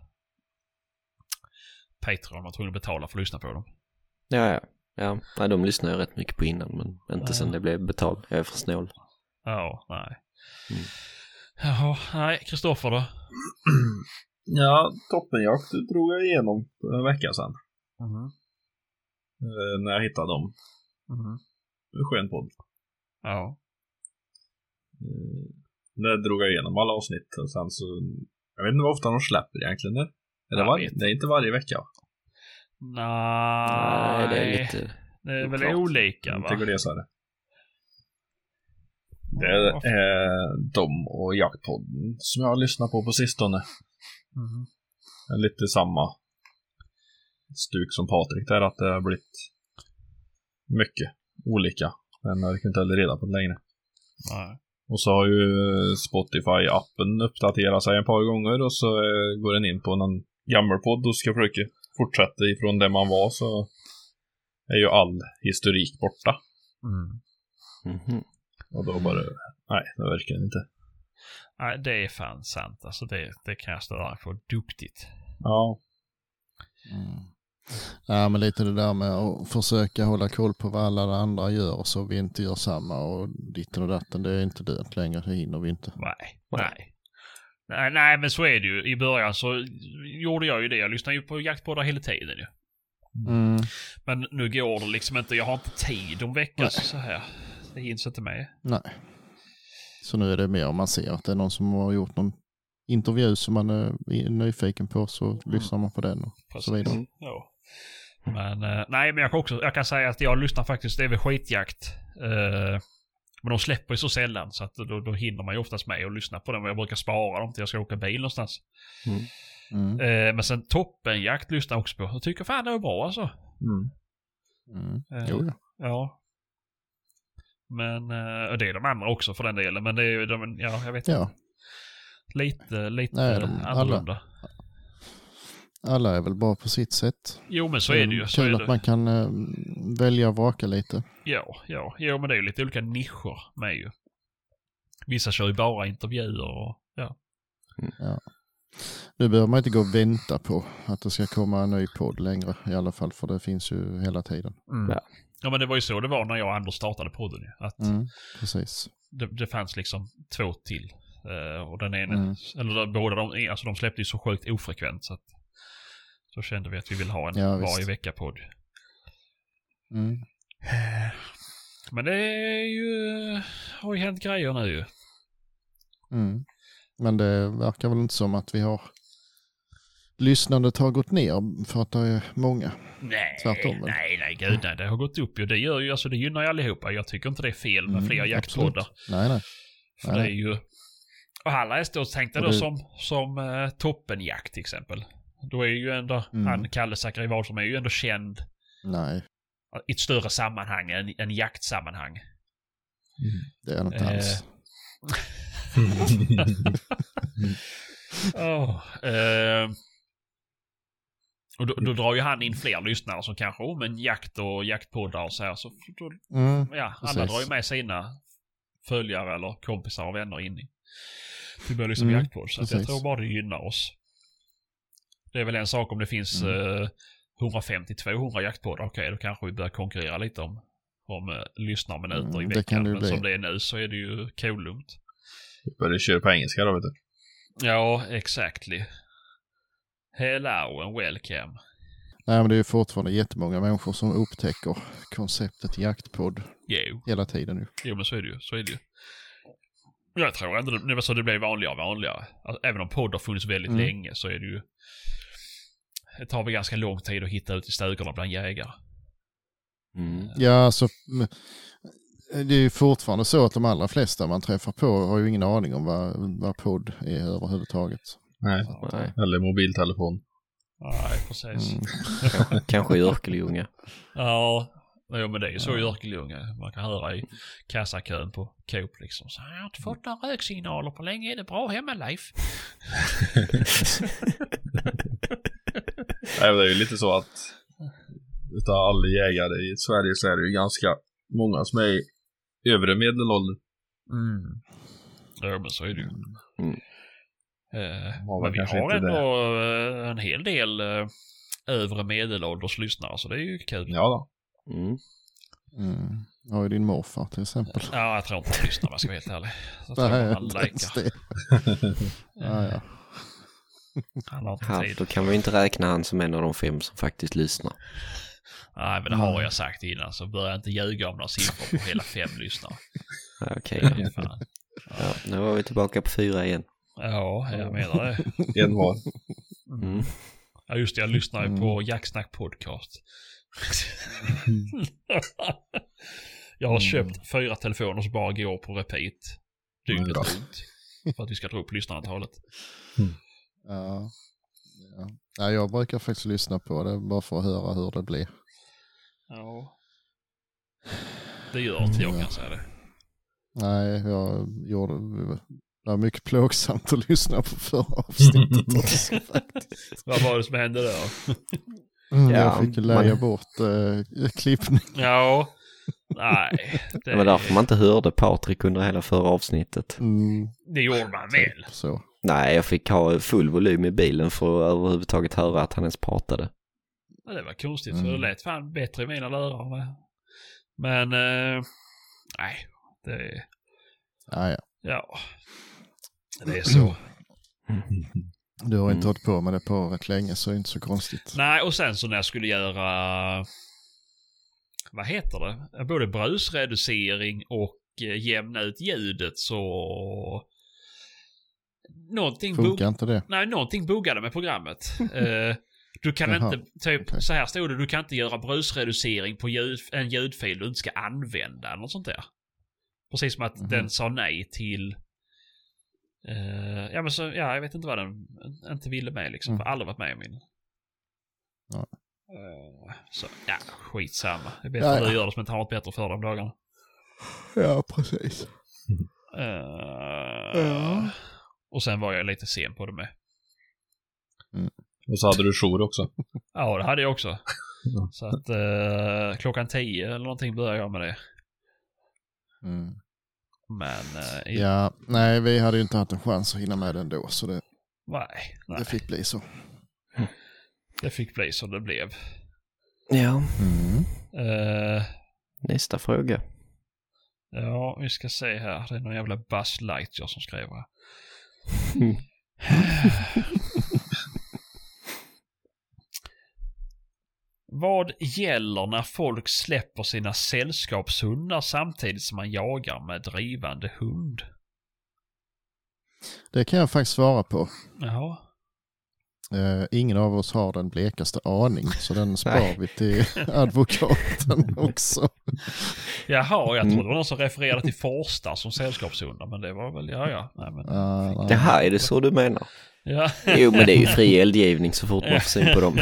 Patreon, man tror att betala för att lyssna på dem. Ja, ja. Ja, nej, de lyssnar jag rätt mycket på innan, men inte ja. Sen det blev betalt. Jag är för snål. Ja, nej. Mm. Jaha, nej. Kristoffer då? Ja, toppenjakt drog jag igenom för en vecka sedan. Mm. Eh, när jag hittade dem. Mm. Skön podd. Ja. Eh, där drog jag igenom alla avsnitt. Och sen så, jag vet inte vad ofta de släpper egentligen. Är det, var, det är inte varje vecka. Nej, det är lite... Det är väl olika, va? Jag tycker det är så här. Det är eh, de och jaktpodden som jag har lyssnat på på sistone. Mm. Lite samma stuk som Patrik där, att det har blivit mycket olika. Men jag kan inte heller reda på det längre. Nej. Och så har ju Spotify-appen uppdaterat sig ett par gånger och så eh, går den in på någon gammelpodd och ska försöka fortsätta ifrån där man var, så är ju all historik borta. Mm. Mm-hmm. Och då bara, nej, det verkar inte. Nej, det är fan sant. Alltså det, det kan jag störa på duktigt. Ja. Mm. Ja, men lite det där med att försöka hålla koll på vad alla andra gör så vi inte gör samma och ditten och datten, det är inte det längre, det hinner vi inte. Nej, nej. Nej, nej, men så är det ju. I början så gjorde jag ju det. Jag lyssnade ju på jaktpoddar hela tiden ju. Mm. Men nu går det liksom inte. Jag har inte tid om veckan så här. Det hinns inte med. Nej. Så nu är det mer om man ser att det är någon som har gjort någon intervju som man är nyfiken på, så mm. lyssnar man på den och Precis. Så vidare. Ja. Men eh, nej, men jag kan också jag kan säga att jag lyssnar faktiskt, det är väl skitjakt. Eh, men de släpper ju så sällan så att då, då hinner man ju oftast med och lyssna på dem. Jag brukar spara dem till jag ska åka bil någonstans. Mm. Mm. Eh, men sen toppenjakt lyssnar jag också på. Jag tycker fan det är bra alltså. Mm. Mm. Eh, jo, ja. ja. Men och det är de andra också för den delen. Men det är ju de, ja, jag vet ja. inte. Lite, lite Nej, de, annorlunda. Alla, alla är väl bra på sitt sätt. Jo, men så är det ju. Så kul är att det. man kan äh, välja och vraka lite. Ja, ja. Jo, men det är ju lite olika nischer med ju. Vissa kör ju bara intervjuer och ja. Mm. Ja. Nu behöver man inte gå och vänta på att det ska komma en ny podd längre i alla fall, för det finns ju hela tiden. Mm. Ja. Ja, men det var ju så det var när jag och Anders startade podden. Att mm, precis. Det, det fanns liksom två till. Uh, och den ena, mm. eller båda de, alltså de släppte ju så sjukt ofrekvent så att så kände vi att vi vill ha en ja, varje vecka podd. Mm. Men det är ju, har ju hänt grejer nu ju. Mm. Men det verkar väl inte som att vi har lyssnandet har gått ner för att det är många. Nej, Tvärtom, nej, nej, gud nej, det har gått upp ju. Det gör ju, alltså det gynnar ju allihopa. Jag tycker inte det är fel med mm, fler jaktpoddar. Nej, nej. För nej, det är ju, och alla är stått tänkta då det... som, som uh, toppenjakt till exempel. Då är ju ändå, mm. han Kalle Zachary Wahlström är ju ändå känd. Nej. I ett större sammanhang, en, en jaktsammanhang. Mm. Det är något eh. alls. oh, eh. Och då, då drar ju han in fler lyssnare som kanske om en jakt och jaktpoddar och så här. Så då, mm, ja, alla drar ju med sina följare eller kompisar och vänner in i. Vi börjar lyssna på mm, jaktpodd. Så att jag tror bara det gynnar oss. Det är väl en sak om det finns Mm. eh, hundrafemtio till tvåhundra jaktpoddar. Okej, då kanske vi börjar konkurrera lite om, om eh, lyssnarminuter Mm, i det veckan. kan det ju Men bli. som det är nu så är det ju kolugnt. Vi börjar köra på engelska då, vet du. Ja, exactly. Hello and welcome. Nej, men det är ju fortfarande jättemånga människor som upptäcker konceptet jaktpodd Jo. hela tiden nu. Jo, men så är det ju. Så är det ju. Jag tror ändå det var så det blev vanligare och vanligare. Alltså, även om podd har funnits väldigt Mm. länge så är det ju... Det tar väl ganska lång tid att hitta ut i stugorna bland jägare. Mm. Ja, alltså m- det är ju fortfarande så att de allra flesta man träffar på har ju ingen aning om vad, vad podd är överhuvudtaget. Nej. Nej. Eller mobiltelefon. Nej, precis. Mm. Kanske, kanske i Örkelljunga. Ja, jo, men det är ju så i Örkelljunga. Man kan höra i kassakön på Coop liksom. Så jag har inte fått några röksignaler på länge. Är det bra hemma, Leif? Nej, det är ju lite så att utav alla jägare i Sverige så är det ju ganska många som är i övre medelålder. Mm. Ja, men så är det ju. Mm. Eh, Var men väl vi kanske har inte ändå eh, en hel del eh, övre medelålders lyssnare, så det är ju kul. Ja då. Mm. Mm. Jag har ju din morfar till exempel. Ja, jag tror inte han lyssnar om jag ska vara helt ärlig. Jag tror Nej, han inte ens likar. det. Ja, ja. Han har inte Ja, tid. då kan vi inte räkna han som en av de fem som faktiskt lyssnar. Nej, men det har jag sagt innan, så börjar jag inte ljuga om några siffror på hela fem lyssnare. Ja, okej då. Fan. Ja, nu var vi tillbaka på fyra igen. Ja, jag menar det. En var. Mm. Ja, just det, jag lyssnar ju Mm. på Jacksnack podcast. Jag har Mm. köpt fyra telefoner som bara går på repeat dygnet Bra. runt. För att vi ska dra upp lyssnarantalet. Ja. Ja. Ja, jag brukar faktiskt lyssna på det bara för att höra hur det blir. Ja. Det gör inte jag, kan jag säga det. Nej, jag gjorde det var mycket plågsamt att lyssna på förra avsnittet också faktiskt. Vad var det som hände där? Mm, Ja, jag fick ju lägga man- bort äh, klippning. Ja. Nej. Det, Det var därför man inte hörde Patrik under hela förra avsnittet. Mm, det gjorde man väl. så. Nej, jag fick ha full volym i bilen för att överhuvudtaget höra att han ens pratade. Ja, det var konstigt, för Mm. det lät fan bättre i mina lärare. Men, eh, nej. Det, Ja, ja. ja. Det är så. Du har inte Mm. hållit på med det på rätt länge så är det inte så konstigt. Nej, och sen så när jag skulle göra, vad heter det? Både brusreducering och eh, jämna ut ljudet så någonting, Funkar bug- inte det? Nej, någonting buggade med programmet. Eh, du kan Jaha, inte, typ okej. så här stod det, du kan inte göra brusreducering på ljud, en ljudfil du inte ska använda eller något sånt där. Precis som att Mhm. den sa nej till eh, ja men så, ja jag vet inte vad den inte ville med liksom, Mm. för aldrig varit med i min. Ja. Eh, så, ja, skitsamma. Det är bättre Ja, att ja. du gör det som inte har något bättre för de dagarna. Ja, precis. Eh, Ja. Och sen var jag lite sen på det med. Och så hade du jour också. Ja, det hade jag också. Ja. Så att eh, klockan tio eller någonting började jag med det. Mm. Men eh, i- Ja, nej, vi hade ju inte haft en chans att hinna med den då, så det, nej, nej, det fick bli så. det fick bli som det blev. Ja, Mm. Eh, nästa fråga. ja, vi ska se här. Det är någon jävla Buzz Lightyear som skriver. Mm. Vad gäller när folk släpper sina sällskapshundar samtidigt som man jagar med drivande hund? Det kan jag faktiskt svara på. Jaha. Eh, ingen av oss har den blekaste aning, så den spar Nej. vi till advokaten också. Jaha, jag Mm. trodde det var någon som refererade till Forstar som sällskapshundar, men det var väl, ja ja. Nej, men, Uh, nej. Det här är det så du menar? ja. Jo, men det är ju fri eldgivning så fort man får syn på dem.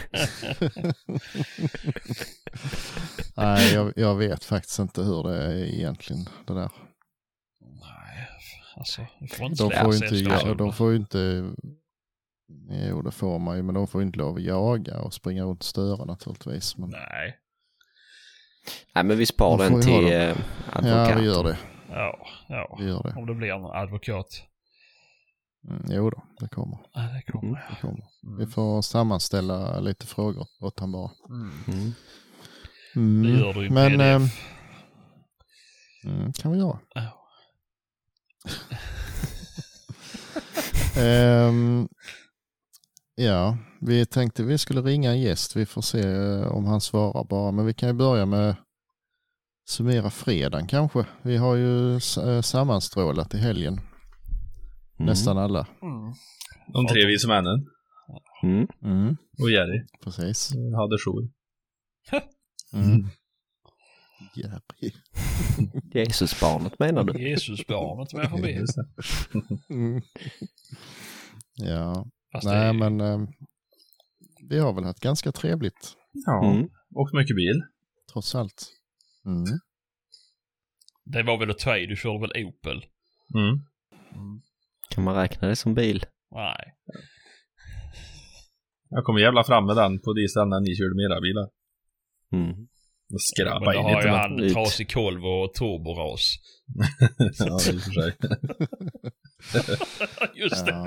Nej, jag, jag vet faktiskt inte hur det är egentligen, det där. Nej, alltså, vi får inte De släppa får ju inte, ja, sällskapshundar. de får ju inte, jo det får man ju, men de får ju inte lov att jaga och springa runt och störa naturligtvis. Men, Nej, Nej, men vi spar De får den ju till ha dem. eh, ja, advokaten. vi gör det. ja, ja. Vi gör det. Om det blir en advokat. Mm, jo då, det kommer. Ja, det kommer. Det kommer. Mm. Vi får sammanställa lite frågor åt han bara. Mm. Mm. Mm. Det gör du i Men, P D F. Mm, kan vi göra. Oh. um, ja, vi tänkte vi skulle ringa en gäst. Vi får se om han svarar bara. Men vi kan ju börja med summera fredagen kanske. Vi har ju sammanstrålat i helgen. Mm. Nästan alla. Mm. De tre vise männen. Mm. Mm, Och Jerry. precis. Hade jour. Mm. Jerry. Jesusbarnet menar du? Jesusbarnet med förbi. Mm. Ja, Fast nej det är... men eh, vi har väl haft ganska trevligt Ja, Mm. och mycket bil. trots allt. Mm. Det var väl att ta i, du körde väl Opel? Mm. Mm. Kan man räkna det som bil? Nej. Jag kommer jävla fram med den på de ställen ni körde mera bilar. Mm. Och skrapa Men då in har lite ju med. han Ut. trasig kolv och turboras. Ja, i och för sig. Just det.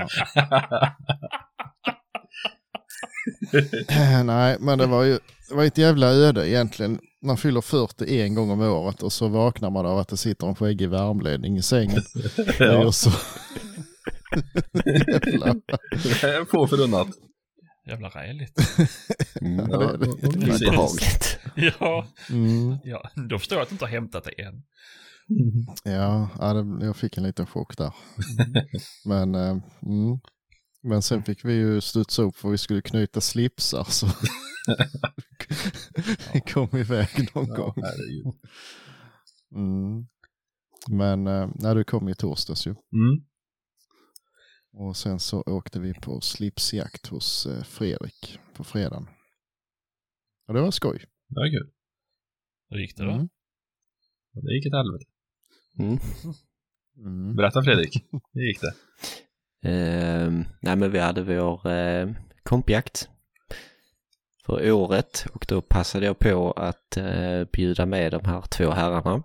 Ja. Nej, men det var ju det var ett jävla öde egentligen. Man fyller fyrtio en gång om året och så vaknar man av att det sitter en skäggig värmledning i sängen. Ja. Och så... jävla... Det är få förunnat. Jävla räligt. Mm. Ja, det- det- och- Det är behagligt. Ja. Mm. Ja, då förstår jag att du inte har hämtat det än. Ja, ja det, jag fick en liten chock där. Men, eh, mm. Men sen fick vi ju studsa upp för vi skulle knyta slipsar så vi kom iväg någon Ja, gång. herregud. Mm. Men eh, när du kom i torsdags ju. Mm. Och sen så åkte vi på slipsjakt hos eh, Fredrik på fredagen. Och det var skoj. Det var kul. Hur gick det då? Mm. Det gick ett helvete. Mm. Mm. Berätta Fredrik. Hur gick det? Eh, nej men vi hade vår eh, kompjakt för året och då passade jag på att eh, bjuda med de här två herrarna.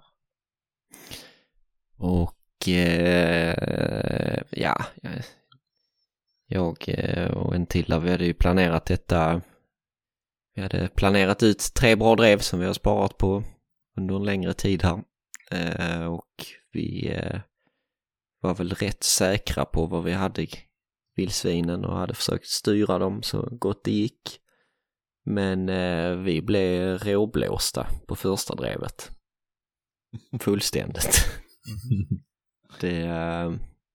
Och eh, ja, jag eh, och en till där, vi hade ju planerat detta. Vi hade planerat ut tre bra drev som vi har sparat på under en längre tid här. Eh, och vi eh, var väl rätt säkra på vad vi hade i vildsvinen och hade försökt styra dem så gott det gick. Men eh, vi blev råblåsta på första drevet. Fullständigt. Det, eh,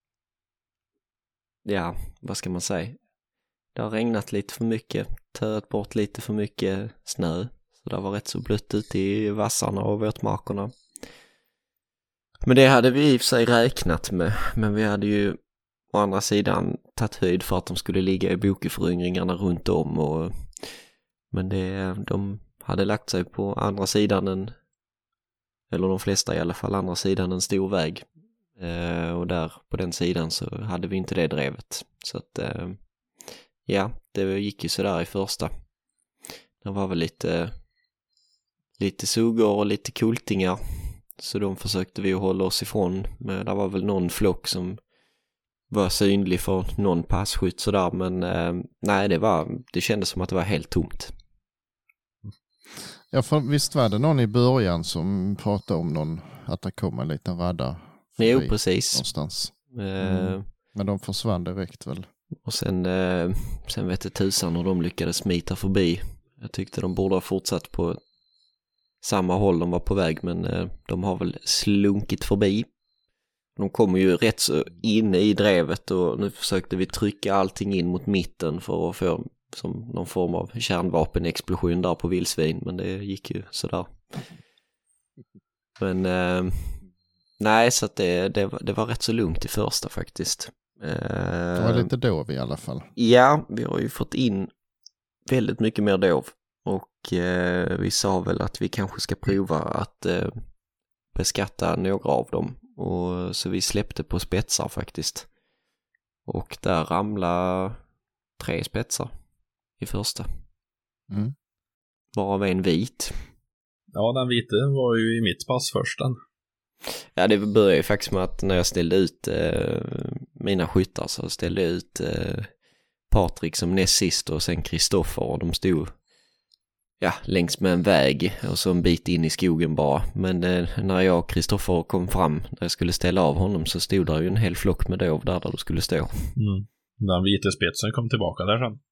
ja, vad ska man säga? Det har regnat lite för mycket, töat bort lite för mycket snö. Så det var rätt så blött ute i vassarna och våtmarkerna. Men det hade vi i och för sig räknat med. Men vi hade ju å andra sidan tagit höjd för att de skulle ligga i bokeföryngringarna runt om. Och, men det, de hade lagt sig på andra sidan en, eller de flesta i alla fall, andra sidan en stor väg. Eh, och där på den sidan så hade vi inte det drevet. Så att eh, ja, det gick ju sådär i första. Det var väl lite lite suggor och lite kultingar. Så de försökte vi hålla oss ifrån. Men det var väl någon flock som var synlig för någon passkytt sådär. Men eh, nej, det var det kändes som att det var helt tomt. Ja, för visst var det någon i början som pratade om någon, att det kom en liten radda Jo, förbi precis. någonstans. Eh, Mm. Men de försvann direkt väl? Och sen, eh, sen vet jag tusan hur de lyckades smita förbi. Jag tyckte de borde ha fortsatt på samma håll de var på väg, men eh, de har väl slunkit förbi. De kommer ju rätt så inne i drevet och nu försökte vi trycka allting in mot mitten för att få som någon form av kärnvapenexplosion där på vildsvin, men det gick ju sådär. Men eh, nej, så att det, det, var, det var rätt så lugnt i första faktiskt. Det var lite dov i alla fall. Ja, vi har ju fått in väldigt mycket mer dov och eh, vi sa väl att vi kanske ska prova att eh, beskatta några av dem, och så vi släppte på spetsar faktiskt. Och där ramlade tre spetsar i första. Mm. Varav en vit. Ja, den vita var ju i mitt pass först den. Ja, det började ju faktiskt med att när jag ställde ut eh, mina skyttar så ställde jag ut eh, Patrik som näst sist och sen Kristoffer och de stod ja, längs med en väg och så en bit in i skogen bara. Men eh, när jag och Kristoffer kom fram där jag skulle ställa av honom så stod där ju en hel flock med dov där, där du skulle stå. Mm. Den vita spetsen kom tillbaka där sen.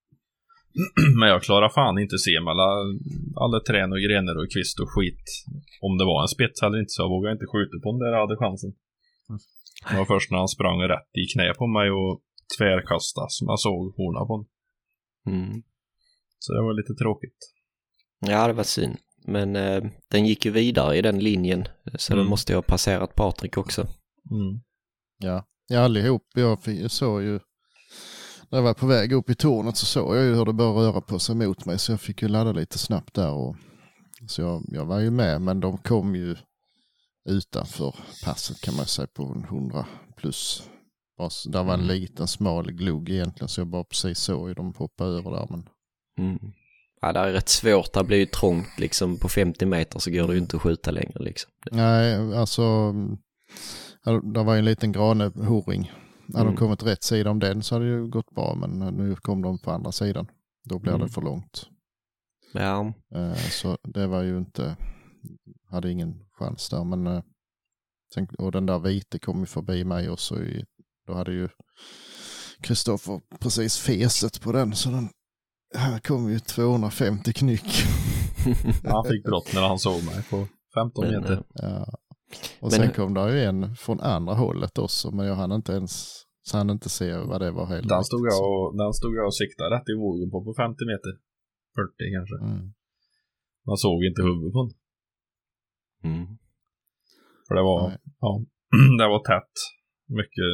Men jag klarar fan inte se mellan alla trän och grenar och kvist och skit om det var en spets eller inte, så jag vågade inte skjuta på den där jag hade chansen. Det var först när han sprang rätt i knä på mig och tvärkastade som jag såg horna på den. Mm. Så det var lite tråkigt. Ja, det var synd. Men eh, den gick ju vidare i den linjen så mm. då måste jag ha passerat Patrik också. Mm. Ja, ja allihop. Jag, fick, jag såg ju när jag var på väg upp i tornet så såg jag ju hur det började röra på sig mot mig, så jag fick ju ladda lite snabbt där. Och, så jag, jag var ju med, men de kom ju utanför passet kan man säga på en hundra plus. Där var en liten smal glugg egentligen, så jag bara precis såg hur de hoppade över där. Men... Mm. Ja, det är rätt svårt. Det blir ju trångt liksom. På femtio meter så går det ju inte att skjuta längre liksom. Nej, alltså det var en liten granehoring. Hade mm. de kommit rätt sida om den så hade det ju gått bra, men nu kom de på andra sidan. Då blev mm. det för långt. Ja. Så det var ju inte, hade ingen chans där, men och den där vite kom ju förbi mig och så då hade ju Kristoffer precis feset på den, så den här kom ju tvåhundrafemtio knyck. Han fick brott när han såg mig på femton men, meter. Ja. Och sen men, kom det ju en från andra hållet också, men jag hann inte ens så hann inte se vad det var heller. Den stod jag och, den stod jag och siktade rätt i vågen på på femtio meter. fyrtio kanske. Mm. Man såg inte huvudet på den. Mm. För det var, ja, det var tätt. Mycket,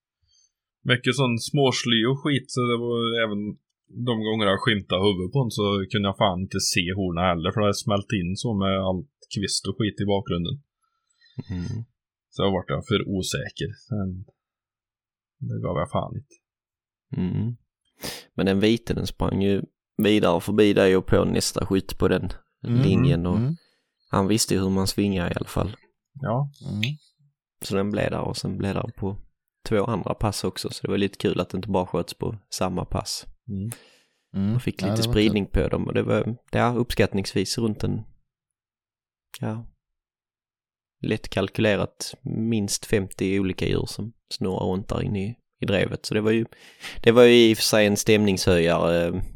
mycket sån småsly och skit, så det var även de gånger jag skymtade huvudet på den så kunde jag fan inte se horna heller, för det hade smält in så med allt kvist och skit i bakgrunden. Mm. Så jag vart jag för osäker. Men det gav jag fan inte. Mm. Men den vita, den sprang ju vidare förbi dig och på nästa skytt på den mm. linjen och mm. han visste hur man svingar i alla fall. Ja. Mm. Så den blev där och sen blev där på två andra pass också, så det var lite kul att den inte bara sköts på samma pass. Mm. Mm. Man fick lite ja, spridning på dem och det var ja, uppskattningsvis runt en ja lätt kalkylerat minst femtio olika djur som snurrar runt där inne i, i drevet. Så det var ju det var ju i och för sig en stämningshöjare eh,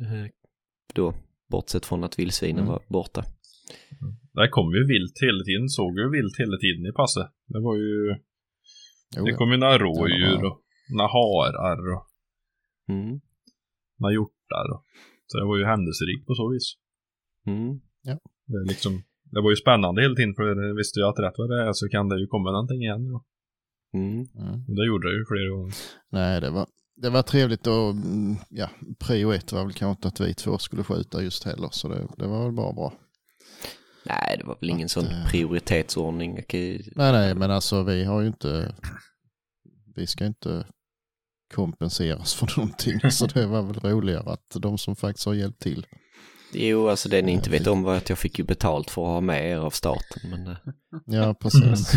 då, bortsett från att vildsvinen mm. var borta. Mm. Det kom ju vilt hela tiden, såg ju vilt hela tiden i passet. Det var ju jo, det kom ju några rådjur och några harar och mm. några hjortar och, så det var ju händelserikt på så vis. Mm. Ja. Det är liksom det var ju spännande hela tiden, för det visste jag att rätt vad det är så kan det ju komma någonting igen. Ja. Mm. Mm. Och det gjorde det ju flera gånger. Nej, det var, det var trevligt och ja, prio ett var väl kanske inte att vi två skulle skjuta just heller, så det, det var väl bara bra. Nej, det var väl ingen att, sån äh, prioritetsordning. Okay. Nej, nej, men alltså vi har ju inte, vi ska inte kompenseras för någonting, så det var väl roligare att de som faktiskt har hjälpt till. Jo, alltså det ni inte vet om var att jag fick ju betalt för att ha med er av staten. Men... Ja, precis.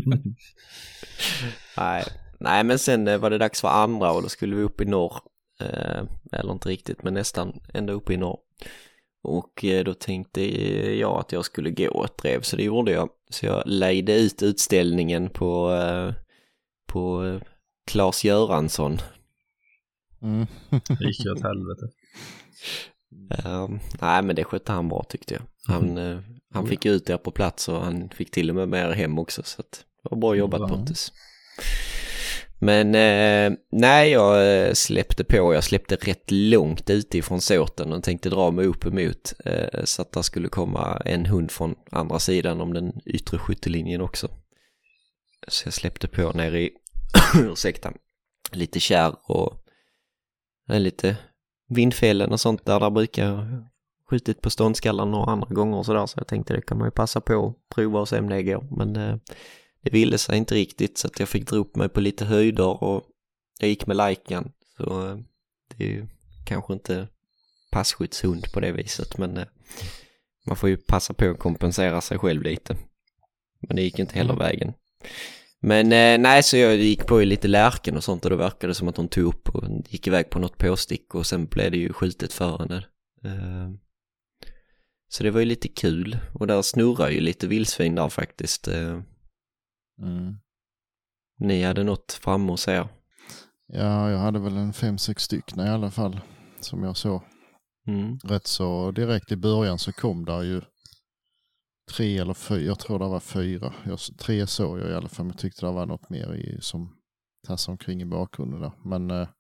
nej. nej, men sen var det dags för andra och då skulle vi upp i norr. Eh, eller inte riktigt, men nästan ända upp i norr. Och eh, då tänkte jag att jag skulle gå ett drev, så det gjorde jag. Så jag lejde ut utställningen på, eh, på eh, Claes Göransson. Mm. Det gick ju åt helvete. Uh, nej, men det skötte han bra tyckte jag. Han, mm. uh, han fick ut det på plats och han fick till och med med er hem också, så att det var bra jobbat mm. Pontus. Men uh, nej, jag uh, släppte på. Jag släppte rätt långt ut ifrån såten och tänkte dra mig upp emot uh, så att det skulle komma en hund från andra sidan om den yttre skyttelinjen också. Så jag släppte på ner i ursäkta, lite kärr och uh, lite vindfällen och sånt där, där brukar jag skjutit på ståndskallan några andra gånger och sådär, så jag tänkte det kan man ju passa på att prova och se om det går, men eh, det ville sig inte riktigt, så att jag fick dra upp mig på lite höjder och jag gick med lajkan, så eh, det är ju kanske inte passkyttshund på det viset, men eh, man får ju passa på att kompensera sig själv lite, men det gick inte hela vägen. Men eh, nej, så jag gick på i lite lärken och sånt och då verkade det som att hon tog upp och gick iväg på något påstick och sen blev det ju skjutet för henne. Eh, så det var ju lite kul och där snurrar ju lite vildsvin där faktiskt. Eh, Mm. Ni hade något fram hos er? Ja, jag hade väl en fem, sex stycken i alla fall som jag såg. Mm. Rätt så direkt i början så kom där ju tre eller fyra, jag tror det var fyra. Jag, tre såg jag i alla fall, men jag tyckte det var något mer i, som tassade omkring i bakgrunden där. Men äh,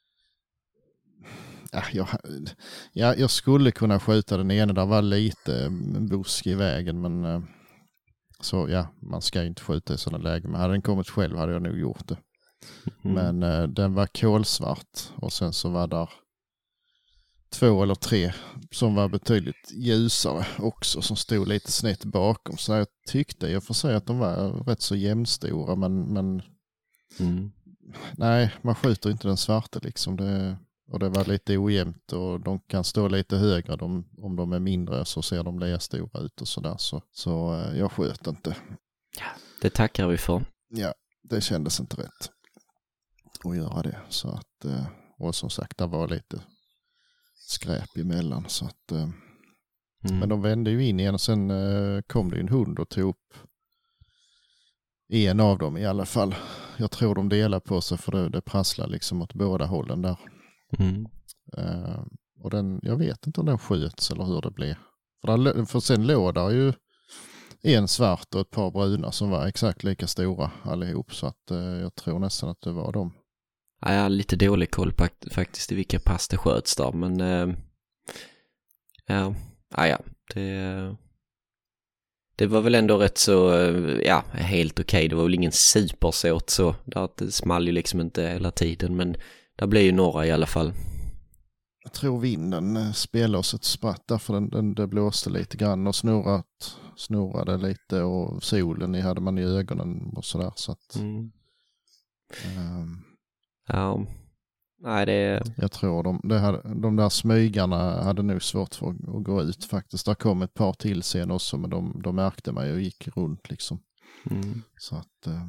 jag, ja, jag skulle kunna skjuta den ena, där var lite busk i vägen, men äh, så ja, man ska inte skjuta i sådana lägen. Men hade den kommit själv hade jag nog gjort det. Mm. Men äh, den var kolsvart och sen så var där två eller tre som var betydligt ljusare också, som stod lite snett bakom. Så jag tyckte, jag får säga att de var rätt så jämnstora, men, men mm. nej, man skjuter inte den svarta liksom. Det, och det var lite ojämnt och de kan stå lite högre. De, om de är mindre så ser de lika stora ut och sådär. Så, så jag sköt inte. Ja, det tackar vi för. Ja, det kändes inte rätt att göra det. Så att, och som sagt, det var lite skräp emellan. Så att, mm. Men de vände ju in igen och sen kom det en hund och tog upp en av dem i alla fall. Jag tror de delar på sig för det, det prasslar liksom åt båda hållen där. Mm. Uh, och den, jag vet inte om den sköts eller hur det blev. För, där, för sen låg där ju en svart och ett par bruna som var exakt lika stora allihop. Så att uh, jag tror nästan att det var dem. Ja, jag har lite dålig koll på faktiskt i vilka pass det sköts där. Men uh, ja, ja, ja det, det var väl ändå rätt så, uh, ja, helt okej. Okay. Det var väl ingen supersåt så. Det small ju liksom inte hela tiden, men det blev ju några i alla fall. Jag tror vinden spelade oss ett spratt där, för den, den, det blåste lite grann och snurrat, snurrade lite och solen hade man i ögonen och sådär. Så att, mm. um, ja, nej det... Jag tror de, det hade, de där smygarna hade nog svårt för att, att gå ut faktiskt. Där kom ett par till sen också, men de, de märkte mig och gick runt liksom. Mm. Så att... Uh,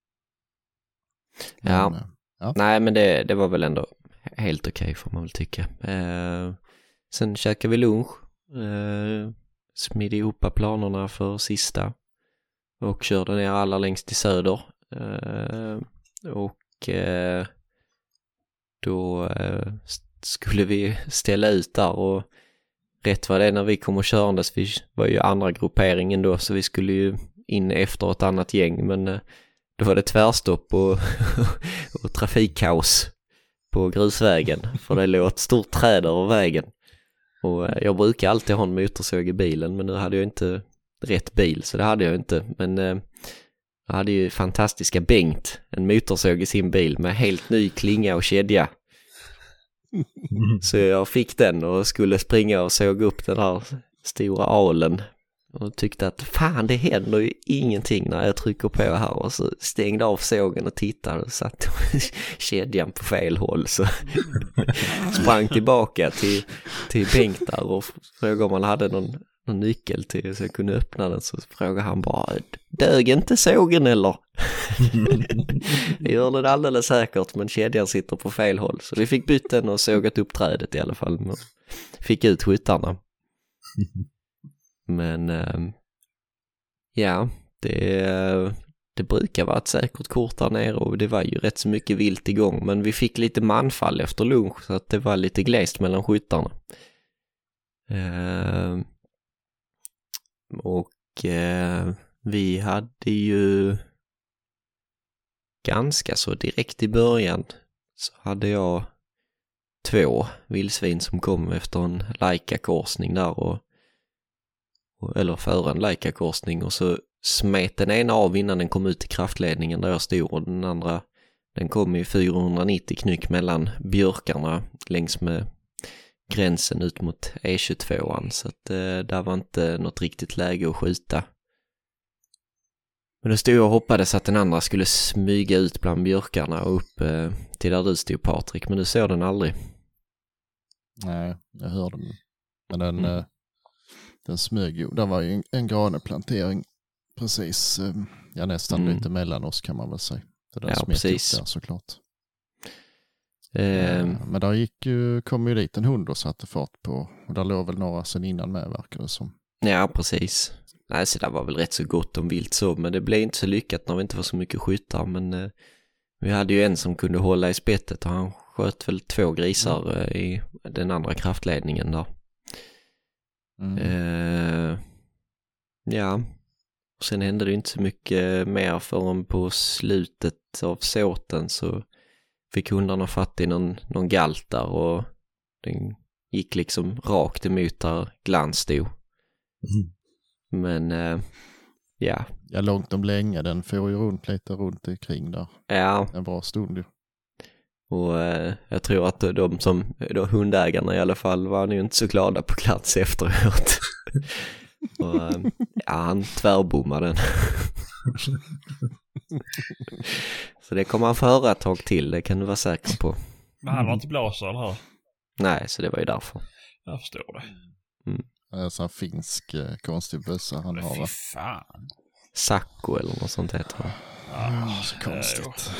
ja. Men, Ja. Nej, men det, det var väl ändå helt okej okay, får man väl tycka. Eh, sen käkade vi lunch. Eh, smidde ihop planerna för sista. Och körde ner alla längst till söder. Eh, och eh, då eh, skulle vi ställa ut där. Och rätt var det när vi kom och körandes. Vi var ju andra grupperingen då. Så vi skulle ju in efter ett annat gäng. Men... Eh, Då var det tvärstopp och, och trafikkaos på grusvägen. För det låg ett stort träd över vägen. Och jag brukar alltid ha en motorsåg i bilen. Men nu hade jag inte rätt bil, så det hade jag inte. Men eh, jag hade ju fantastiska Bengt. En motorsåg i sin bil med helt ny klinga och kedja. Så jag fick den och skulle springa och såg upp den här stora alen. Och tyckte att fan, det händer ju ingenting när jag trycker på här. Och så stängde av sågen och tittade och satt kedjan på fel håll. Så sprang tillbaka till, till Bengt där och frågade om han hade någon, någon nyckel till så jag kunde öppna den. Så frågade han bara, dög inte sågen eller? Det gör det alldeles säkert, men kedjan sitter på fel håll. Så vi fick byta den och sågat upp trädet i alla fall. Men fick ut skyttarna. Men äh, ja, det, det brukar vara ett säkert kort där nere och det var ju rätt så mycket vilt igång. Men vi fick lite manfall efter lunch så att det var lite glest mellan skyttarna. Äh, och äh, vi hade ju ganska så direkt i början så hade jag två vildsvin som kom efter en Leica-korsning där och eller före en Leica-korsning och så smet den ena av innan den kom ut i kraftledningen där jag stod och den andra den kom i fyrahundranittio knyck mellan björkarna längs med gränsen ut mot E tjugotvåan så att eh, där var inte något riktigt läge att skjuta. Men då stod jag och hoppades att den andra skulle smyga ut bland björkarna och upp eh, till där du stod, Patrik, men du såg den aldrig. Nej, jag hörde den. Men den mm. eh... Den smög ju. Där var ju en, en graneplantering precis. Ja, nästan Mm. lite mellan oss kan man väl säga. Det där Ja, smet upp precis. där såklart. Ehm, Ja, men där gick ju, kom ju dit en hund och satte fart på. Och där låg väl några sen innan med, verkar det som. ja, precis. Nej, så det var väl rätt så gott om vilt så, men det blev inte så lyckat när vi inte var så mycket skyttar. Men eh, vi hade ju en som kunde hålla i spettet och han sköt väl två grisar eh, i den andra kraftledningen där. Mm. Eh, ja, och sen hände det inte så mycket mer förrän på slutet av såten så fick hundarna fatt i någon, någon galt där och den gick liksom rakt emot där Glans stod. Mm. Men eh, ja. Ja, långt om länge. Den får ju runt lite runt omkring där. Ja, En bra stund ju. och eh, jag tror att de som, då hundägarna i alla fall var nu inte så glada på Glans efteråt. och, eh, ja, han tvärbommade den. Så det kommer han få höra ett tag till, det kan du vara säker på. Men han var inte blåser, eller hur? Nej, så det var ju därför. Jag förstår det. Det är en sån här finsk eh, konstig bössa han Men har, fy va? fan. Sacco eller något sånt heter det. Ja, så konstigt.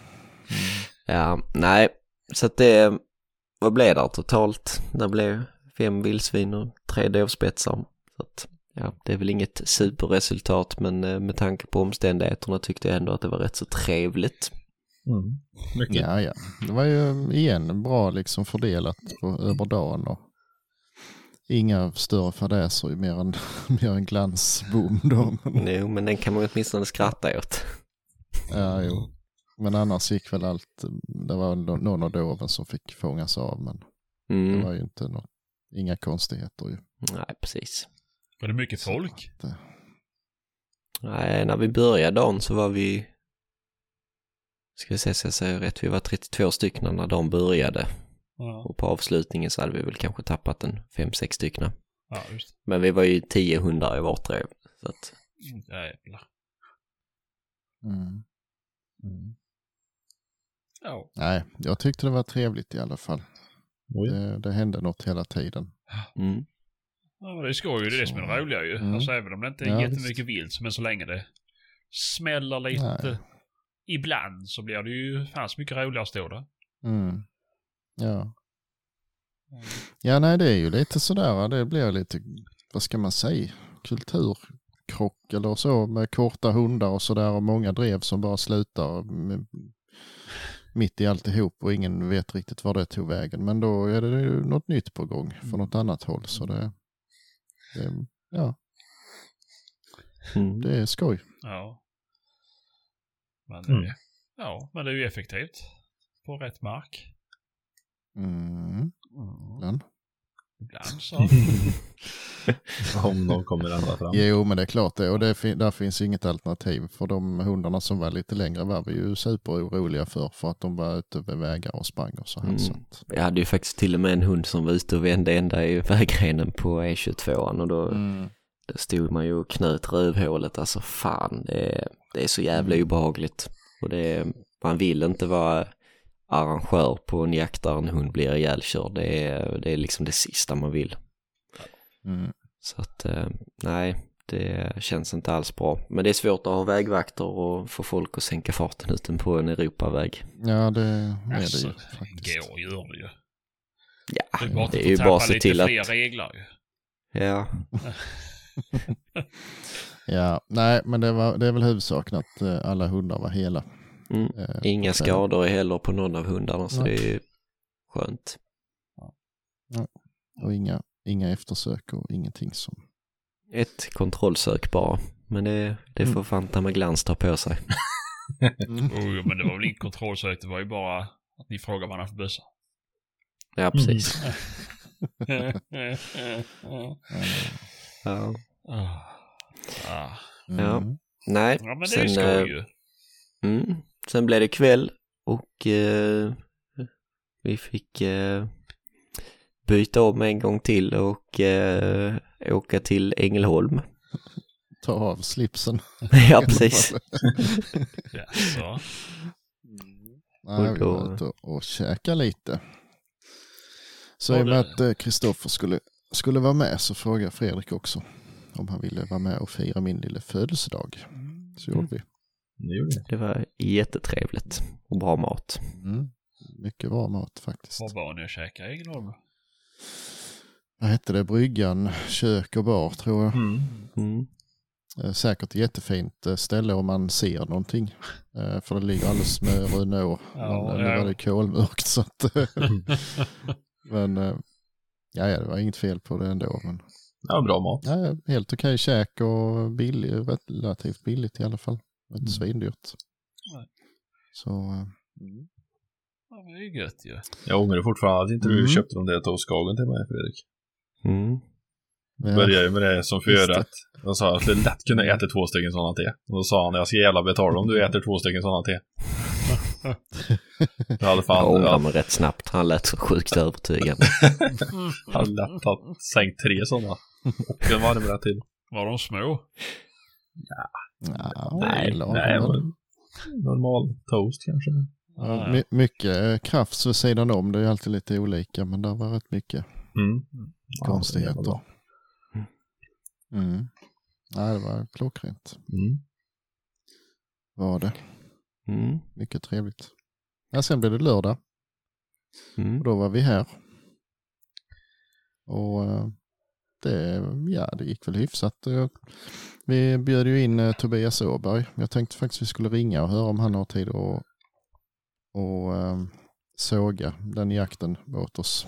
Ja, nej. Så att det, vad blev det totalt? Det blev fem vildsvin och tre dovspetsar. Så att, ja, det är väl inget superresultat, men med tanke på omständigheterna tyckte jag ändå att det var rätt så trevligt. Mm. Mycket. Ja, ja. Det var ju igen bra liksom fördelat på, över dagen och inga större fadäser ju mer än, mer än glansbom då. Jo, men den kan man åtminstone skratta åt. Ja, jo. Men annars gick väl allt, det var någon av doven som fick fångas av, men Mm. det var ju inte något, inga konstigheter ju. Nej, precis. Var det mycket folk? Det, Nej, när vi började dagen så var vi, ska vi se så jag säger rätt, vi var trettiotvå stycken när de började. Ja, Och på avslutningen så hade vi väl kanske tappat en fem sex stycken. ja just Men vi var ju tio hundar i vårt drev. Så att, det. Jävlar. mm. Mm. Ja. Nej, jag tyckte det var trevligt i alla fall. Oj. Det, det hände något hela tiden. mm. Ja, men det är skoj ju. Det är det som är det roliga ju. Mm. Alltså även om det inte är Ja, jättemycket vilt, men så länge det smäller lite Nej. ibland så blir det ju fan så mycket roligare att stå där. Mm. Ja. Ja, nej, det är ju lite sådär. Det blir lite, vad ska man säga, kulturkrock eller så med korta hundar och sådär och många drev som bara slutar med, mitt i alltihop och ingen vet riktigt var det tog vägen. Men då är det ju något nytt på gång från något annat håll. Så det, det ja, Mm. det är skoj. Ja. Men, Mm. det, ja, men det är ju effektivt. På rätt mark. Mm. Mm. Ibland. Ibland så. Om de kommer ända fram. Jo, men det är klart det. Och det, fin- där finns inget alternativ. För de hundarna som var lite längre var vi ju superoroliga för. För att de var ute vid vägar och sprang och så här. Mm. Så att, Jag hade ju faktiskt till och med en hund som var ute och vände ända i vägrenen på E tjugotvå och då, mm. då stod man ju och knöt rövhålet. Alltså fan, det är, det är så jävla obehagligt. Och det är, man vill inte vara arrangör på en jakt där en hund blir ihjälkörd. Det är, det är liksom det sista man vill. Mm. Så att, eh, nej, det känns inte alls bra. Men det är svårt att ha vägvakter och få folk att sänka farten ute på en Europaväg. Ja, det är det Alltså, ju faktiskt. går gör det ju. Ja, Det är bara att det du är ju får bara tappa att se lite till att... fler regler ju. Ja, Ja, nej, men det, var, det är väl huvudsaken att eh, alla hundar var hela. mm. Eh, Inga och sen- skador heller på någon av hundarna, så Nej. det är ju skönt. Och inga, inga eftersök och ingenting som... Ett kontrollsök bara, men det, det får Fanta med glans ta på sig. Mm. Oh, men det var väl inget kontrollsök, det var ju bara att ni frågade vad han har för bössa. Ja, precis. Ja. Ah. Ah. Ja. Mm. Nej, Ja, men det är sen, ju skoj eh, ju. mm, sen blev det kväll och eh, vi fick eh, byta om en gång till och eh, åka till Ängelholm. Ta av slipsen. Ja, precis. Ja, så. Nej, vi då- var ute och, och käka lite. Så Var i och med det- att Kristoffer skulle, skulle vara med så frågade Fredrik också om han ville vara med och fira min lilla födelsedag. Så gjorde vi. Det gjorde det. Det var jättetrevligt och bra mat. Mm. Mycket bra mat faktiskt. Vad var ni och käkade i Ängelholm? Vad hette det? Bryggan, kök och bar tror jag. Mm. Mm. Säkert jättefint ställe om man ser någonting. För det ligger alldeles med Rönå. Ja, men det ja. var det kolmörkt så att... men ja, ja, det var inget fel på det ändå. Men... Ja, bra mat. Ja, helt okej käk och billig, relativt billigt i alla fall. Inte mm. svindyrt. Nej. Så... Mm. Ja, det är gött ju. Jag ångrar fortfarande att inte Mm. du köpte de där toastskagen till mig, Fredrik. Mm. Ja. Började ju med det som förrätt. Jag sa att det lätt kunde äta två stycken sådana te. Och då sa han, jag ska jävla betala om du äter två stycken sådana te. Jag hade fan... Jag ångrar ja. mig rätt snabbt. Han lät så sjukt övertygande. Han hade lätt att sänkt tre sådana. Och en var det med till. Var de små? Ja. Ja, nej, lagom. nej, normal toast kanske. Ja, my- mycket kraft vid sidan om. Det är alltid lite olika, men det var rätt mycket Mm. konstigheter. Ja, mm. Nej, det var klockrent. Mm. Var det. Mm. Mycket trevligt. Ja, sen blev det lördag. Mm. Och då var vi här. Och det, ja, det gick väl hyfsat. Vi bjöd ju in Tobias Åberg. Jag tänkte faktiskt vi skulle ringa och höra om han har tid att och um, såga den jakten åt oss.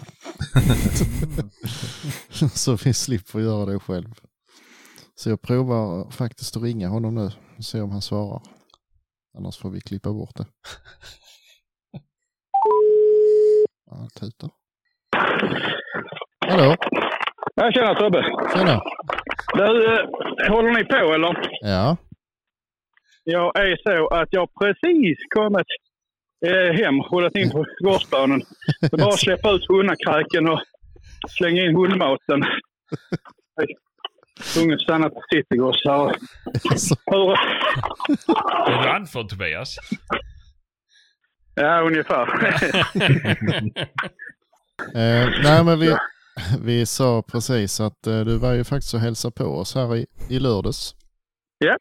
Så vi slipper göra det själv. Så jag provar faktiskt att ringa honom nu och se om han svarar. Annars får vi klippa bort det. Ja, tutar. Hallå? Jag känner Tobbe. Tjena. Du, eh, håller ni på eller? Ja. Jag är så att jag precis kommit eh, hem och hållit in på gårdsplanen. Så bara släppa ut hundakräken och slänga in hundmaten. Tvungen stanna på Citygross här. Hur... Är du andfådd, Tobias? Ja, ungefär. eh, nej, men vi, vi sa precis att eh, du var ju faktiskt och hälsa på oss här i, i lördags. Ja.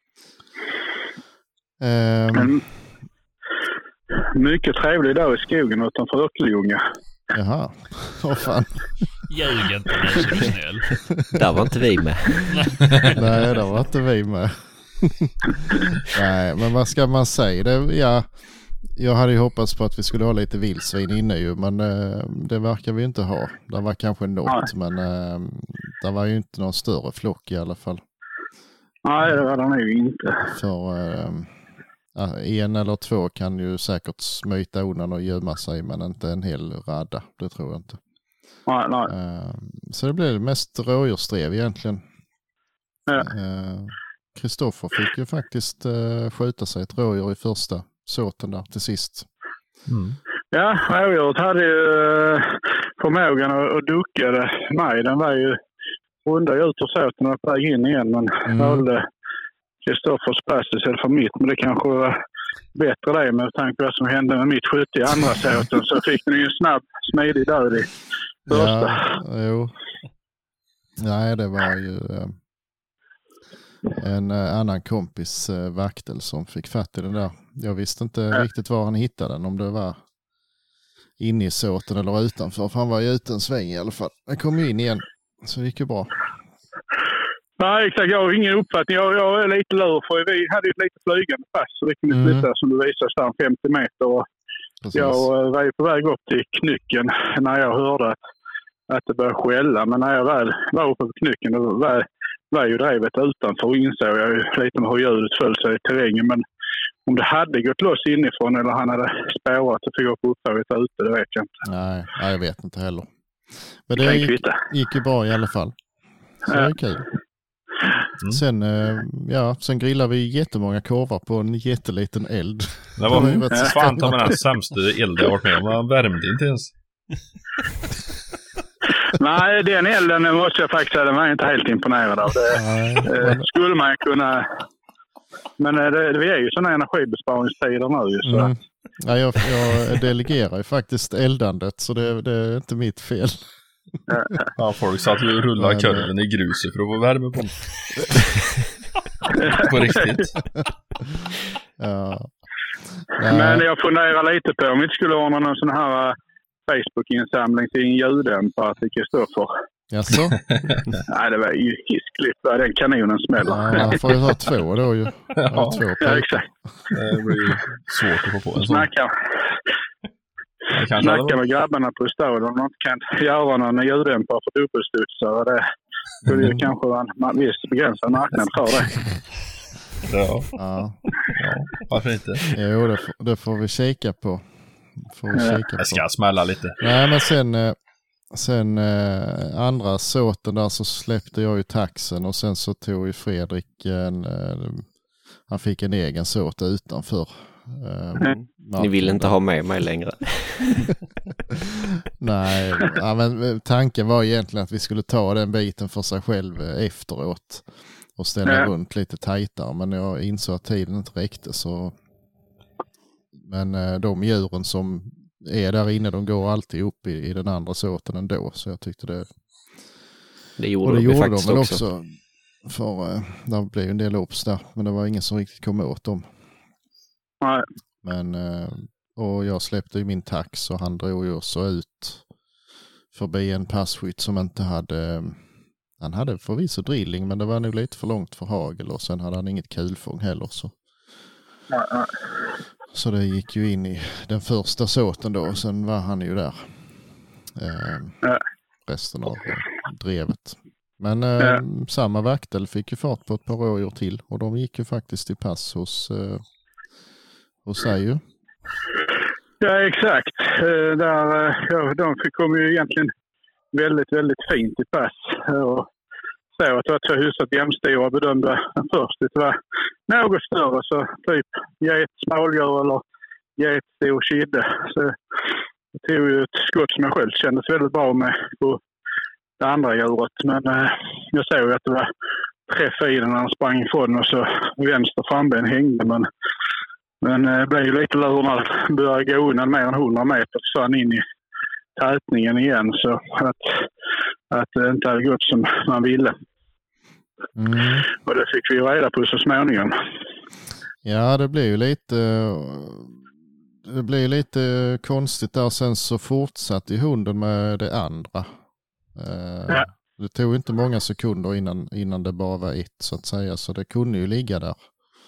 Eh, mm. Mycket trevlig dag i skogen utanför Öckelljunga. Jaha, vad fan. Ljug inte nu så du är snäll. Där var inte vi med. Nej, där var inte vi med. Nej, men vad ska man säga? Det, ja, jag hade ju hoppats på att vi skulle ha lite vildsvin inne ju, men eh, det verkar vi inte ha. Det var kanske något, Nej. men eh, det var ju inte någon större flock i alla fall. Nej, det var det nog inte. För eh, en eller två kan ju säkert smyta undan och gömma sig, men inte en hel radda, det tror jag inte. Nej, nej. Så det blev mest rådjursstrev egentligen. Ja. Kristoffer fick ju faktiskt skjuta sig ett rådjur i första såten där till sist. Mm. Ja, rådjuret hade ju förmågan att ducka det. Nej, den var ju runda ut ur såten och på väg in igen, men mm. valde Kristoffers pass istället för mitt, men det kanske var bättre det med tanke på vad som hände med mitt skytte i andra såten, så fick ni ju en snabb, smidig död i första. Ja, jo. Nej, det var ju eh, en eh, annan kompis eh, vaktel som fick fatt i den där. Jag visste inte ja. riktigt var han hittade den, om det var inne i såten eller utanför, för han var ju ute en sväng i alla fall. Han kom ju in igen, så det gick ju bra. Nej, exakt. Jag har ingen uppfattning. Jag, jag är lite lur för vi hade ett lite flygande pass så det kunde flytta mm. som du visade stan femtio meter. Och jag var ju på väg upp till knycken när jag hörde att, att det började skälla. Men när jag väl var uppe på knycken då var, var ju drevet utanför och insåg jag ju lite med hur ljudet föll sig i terrängen. Men om det hade gått loss inifrån eller han hade spårat och fick upp upptaget ute, det vet jag inte. Nej, jag vet inte heller. Men det gick, gick ju bra i alla fall. Så ja. Det är kul. Mm. Sen, ja, sen grillade vi jättemånga korvar på en jätteliten eld. Det var ju rätt fan ta med den sämsta eld jag varit med om. Man värmde inte ens. Nej, den elden måste jag faktiskt säga, den var inte helt imponerad av. Det Nej, men... skulle man kunna... Men det, vi är ju sådana energibesparingstider nu. Så. Mm. Ja, jag, jag delegerar ju faktiskt eldandet, så det, det är inte mitt fel. Ja, folk satt ju och rullade kurven i gruset för att få värme på. På riktigt. Ja. Men jag funderar lite på om vi inte skulle ordna någon sån här Facebook-insamling till en ljuddämpare till Kristoffer. Jaså? Nej, det var ju hiskligt vad den kanonen smäller. Ja, man får ju ha två då ju. Ja, två ja, exakt. Det blir ju svårt att få på en sån. Snacka, Snacka med grabbarna på stad om de inte kan göra någon ljuddämpare för dubbelstudsare. Det skulle ju mm. kanske vara en viss begränsad marknad för det. Ja. Ja. Ja, varför inte? Jo, det, det får vi kika på. Får vi kika på. Jag ska smälla lite. Nej, men sen, sen eh, andra såten där så släppte jag ju taxen och sen så tog ju Fredrik en, eh, han fick en egen såt utanför. Eh, mm. Ni vill inte ha med mig längre. Nej, ja, men tanken var egentligen att vi skulle ta den biten för sig själv efteråt och ställa ja. runt lite tajtare, men jag insåg att tiden inte räckte så. Men de djuren som är där inne, de går alltid upp i, i den andra såten ändå, så jag tyckte det. Det gjorde, och det de gjorde faktiskt de väl också. också. För det blev en del obs där, men det var ingen som riktigt kom åt dem. Nej. Men och jag släppte ju min tax och han drog ju också ut förbi en passkytt som inte hade, han hade förvisso drilling, men det var nog lite för långt för hagel och sen hade han inget kulfång heller så. Nej, nej. Så det gick ju in i den första såten då och sen var han ju där eh, ja. resten av drevet. Men eh, ja. samma vaktel fick ju fart på ett par rådjur till och de gick ju faktiskt i pass hos eh, hos sig ju. Ja, exakt. Uh, där, uh, ja, de kom ju egentligen väldigt, väldigt fint i pass. Och så att det var två hyfsat jämstora bedömda först. Det var något större, så typ get småldjur eller get stor kidde. Så jag tog ju ett skott som jag själv kändes väldigt bra med på det andra djuret. Men uh, jag såg att det var träff i den när han sprang ifrån och så vänster framben hängde. Men Men det blev ju lite lur när det började gå undan mer än hundra meter så han in i tätningen igen. Så att, att det inte hade gått som man ville. Mm. Och det fick vi reda på så småningom. Ja, det blev ju lite, det blev lite konstigt där. Sen så fortsatte ju hunden med det andra. Ja. Det tog inte många sekunder innan, innan det bara var ett så att säga. Så det kunde ju ligga där.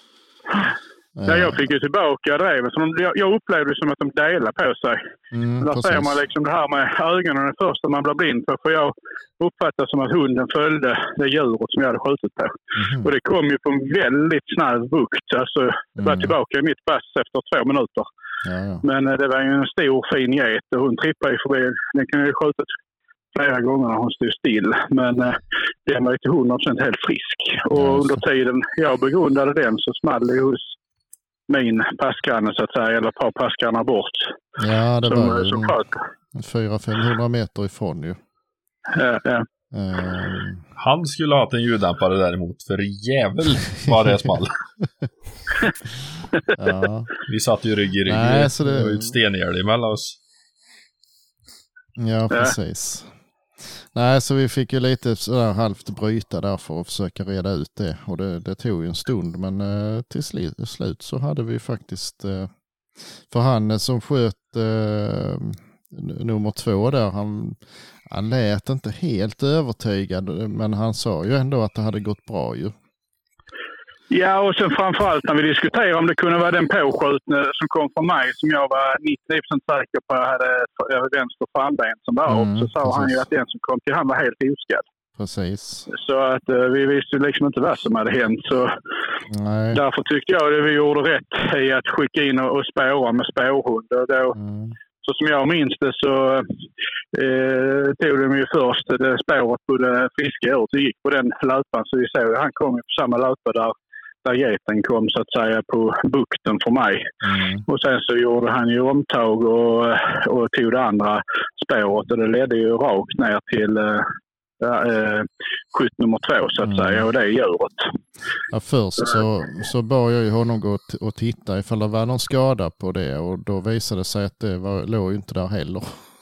Ja, jag fick ju tillbaka drevet. Så de, jag, jag upplevde det som att de delar på sig. Mm, där ser man liksom det här med ögonen det första man blir blind på. För jag uppfattade som att hunden följde det djuret som jag hade skjutit på. Mm. Och det kom ju på en väldigt snabb bukt. Alltså, jag var mm. tillbaka i mitt pass efter två minuter. Ja, ja. Men det var ju en stor fin get och hon trippade ju förbi. Den kunde ju skjutit flera gånger när hon stod still. Men eh, den var ju till hundra procent helt frisk. Och ja, under tiden jag begrundade den så small det hos min passgranne så att säga, eller ett par passgrannar bort. Ja, det som, var som fyra till femhundra meter ifrån ju. Ja, ja. Um... Han skulle ha haft en ljuddämpare däremot, för jävel var det small. Ja. Vi satt ju rygg i rygg. Nej, så det... det var ju ett stengärd emellan oss. Ja, precis. Ja. Nej, så vi fick ju lite sådär halvt bryta där för att försöka reda ut det. Och det, det tog ju en stund, men eh, till sl- slut så hade vi faktiskt... Eh, för han som sköt eh, nummer två där, han, han lät inte helt övertygad, men han sa ju ändå att det hade gått bra ju. Ja, och sen framförallt när vi diskuterade om det kunde vara den påskjutne som kom från mig som jag var nittio procent säker på hade vänster framben som var upp. Mm, så sa precis. Han ju att den som kom till han var helt oskadd. Precis. Så att uh, vi visste liksom inte vad som hade hänt. Så nej. Därför tyckte jag att vi gjorde rätt i att skicka in och, och spåra med spårhund. Och då, mm. Så som jag minns det så eh, tog de ju först det spåret på det friska året och gick på den löpan. Så vi såg att han kom på samma löpa där där geten kom så att säga på bukten för mig. Mm. Och sen så gjorde han ju omtag och, och tog det andra spåret och det ledde ju rakt ner till äh, skytt nummer två så att mm. säga och det är djuret. Ja, först så, så bad jag ju honom gå t- och titta ifall det var någon skada på det och då visade det sig att det var, låg ju inte där heller.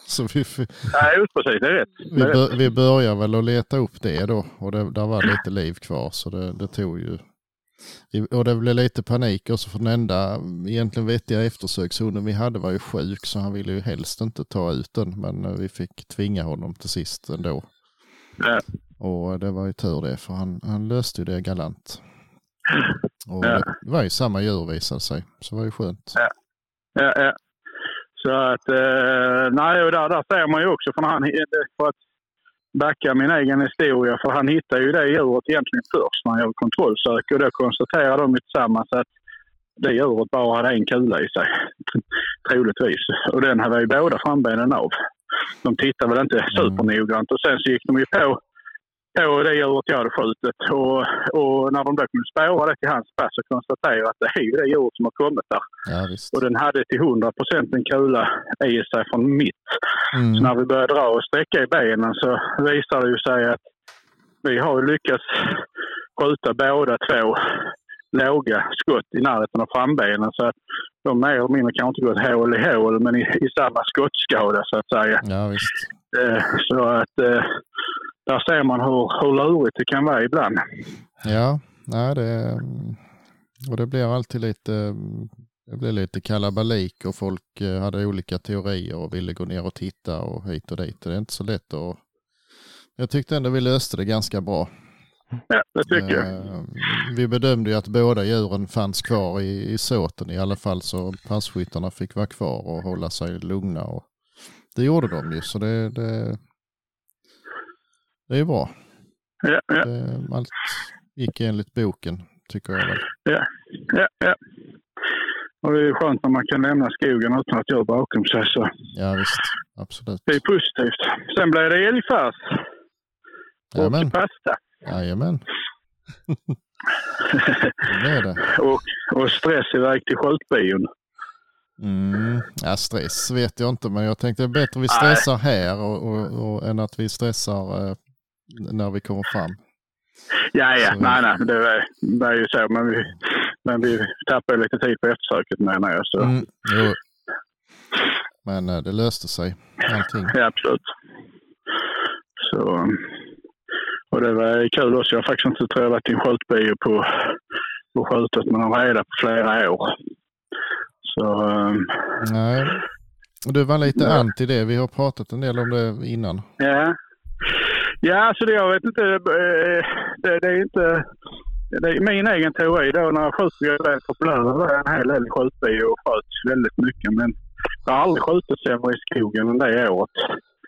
Så vi, Nej, precis, det är rätt. Vi, bör, vi börjar väl att leta upp det då. Och det, där var lite liv kvar. Så det, det tog ju... Och det blev lite panik också för den enda egentligen vettiga eftersökshunden vi hade var ju sjuk. Så han ville ju helst inte ta ut den. Men vi fick tvinga honom till sist ändå. Ja. Och det var ju tur det, för han, han löste ju det galant. Och ja. Det var ju samma djur visade sig, så det var ju skönt. Ja, ja, ja. Så att, eh, nej, och där, där ser man ju också, för, han, för att backa min egen historia, för han hittade ju det djuret egentligen först när han gjorde kontrollsök, och då konstaterade de tillsammans att det djuret bara hade en kula i sig, troligtvis. Och den hade ju båda frambenen av. De tittade väl inte supernoggrant, och sen så gick de ju på på det djuret jag hade skjutit. Och, och när de då kunde spåra det till hans pass och konstatera att det är ju det djuret som har kommit där. Ja, visst. Och den hade till hundra procent en kula i sig från mitt. Mm. Så när vi började dra och sträcka i benen så visade det ju sig att vi har lyckats skjuta båda två låga skott i närheten av frambenen. Så att de mer eller mindre kan inte gå ett hål i hål, men i, i samma skottskada så att säga. Ja, visst. Eh, så att eh, där ser man hur, hur lurigt det kan vara ibland. Ja, nej, det, och det blir alltid lite, det blir lite kalabalik och folk hade olika teorier och ville gå ner och titta och hit och dit. Det är inte så lätt och jag tyckte ändå vi löste det ganska bra. Ja, det tycker jag. Vi bedömde ju att båda djuren fanns kvar i, i såten i alla fall, så passkyttarna fick vara kvar och hålla sig lugna, och det gjorde de ju, så det, det, det är bra. Ja, ja. Det, allt gick enligt boken, tycker jag väl. Ja, ja, ja. Och det är skönt när man kan lämna skogen utan att göra bakom sig, så. Ja, visst. Absolut. Det är positivt. Sen blev det älgfärs. Jajamän. Och pasta. Jajamän. Det är det. Och, och stress iväg till skjutbion. Mm. Ja, stress vet jag inte, men jag tänkte det är bättre vi stressar nej. här och, och, och, än att vi stressar eh, när vi kommer fram. Ja, ja. Så, nej, nej. Det är, det är ju så, men vi, men vi tappar lite tid på eftersöket menar jag. Så. Mm, jo. Men eh, det löste sig, allting. Ja, absolut. Så, och det var kul också. Jag har faktiskt inte trävat i en skjutbio på, på skjutet, men har reda på flera år. Så, um, nej. Och du var lite ja. anti det. Vi har pratat en del om det innan. Ja. Ja, alltså det, jag vet inte. Det, det är inte... Det är min egen teori då. När skjutbio är populär, det var en hel del skjutbio och sköt väldigt mycket. Men jag har aldrig skjutit sämre i skogen än det året.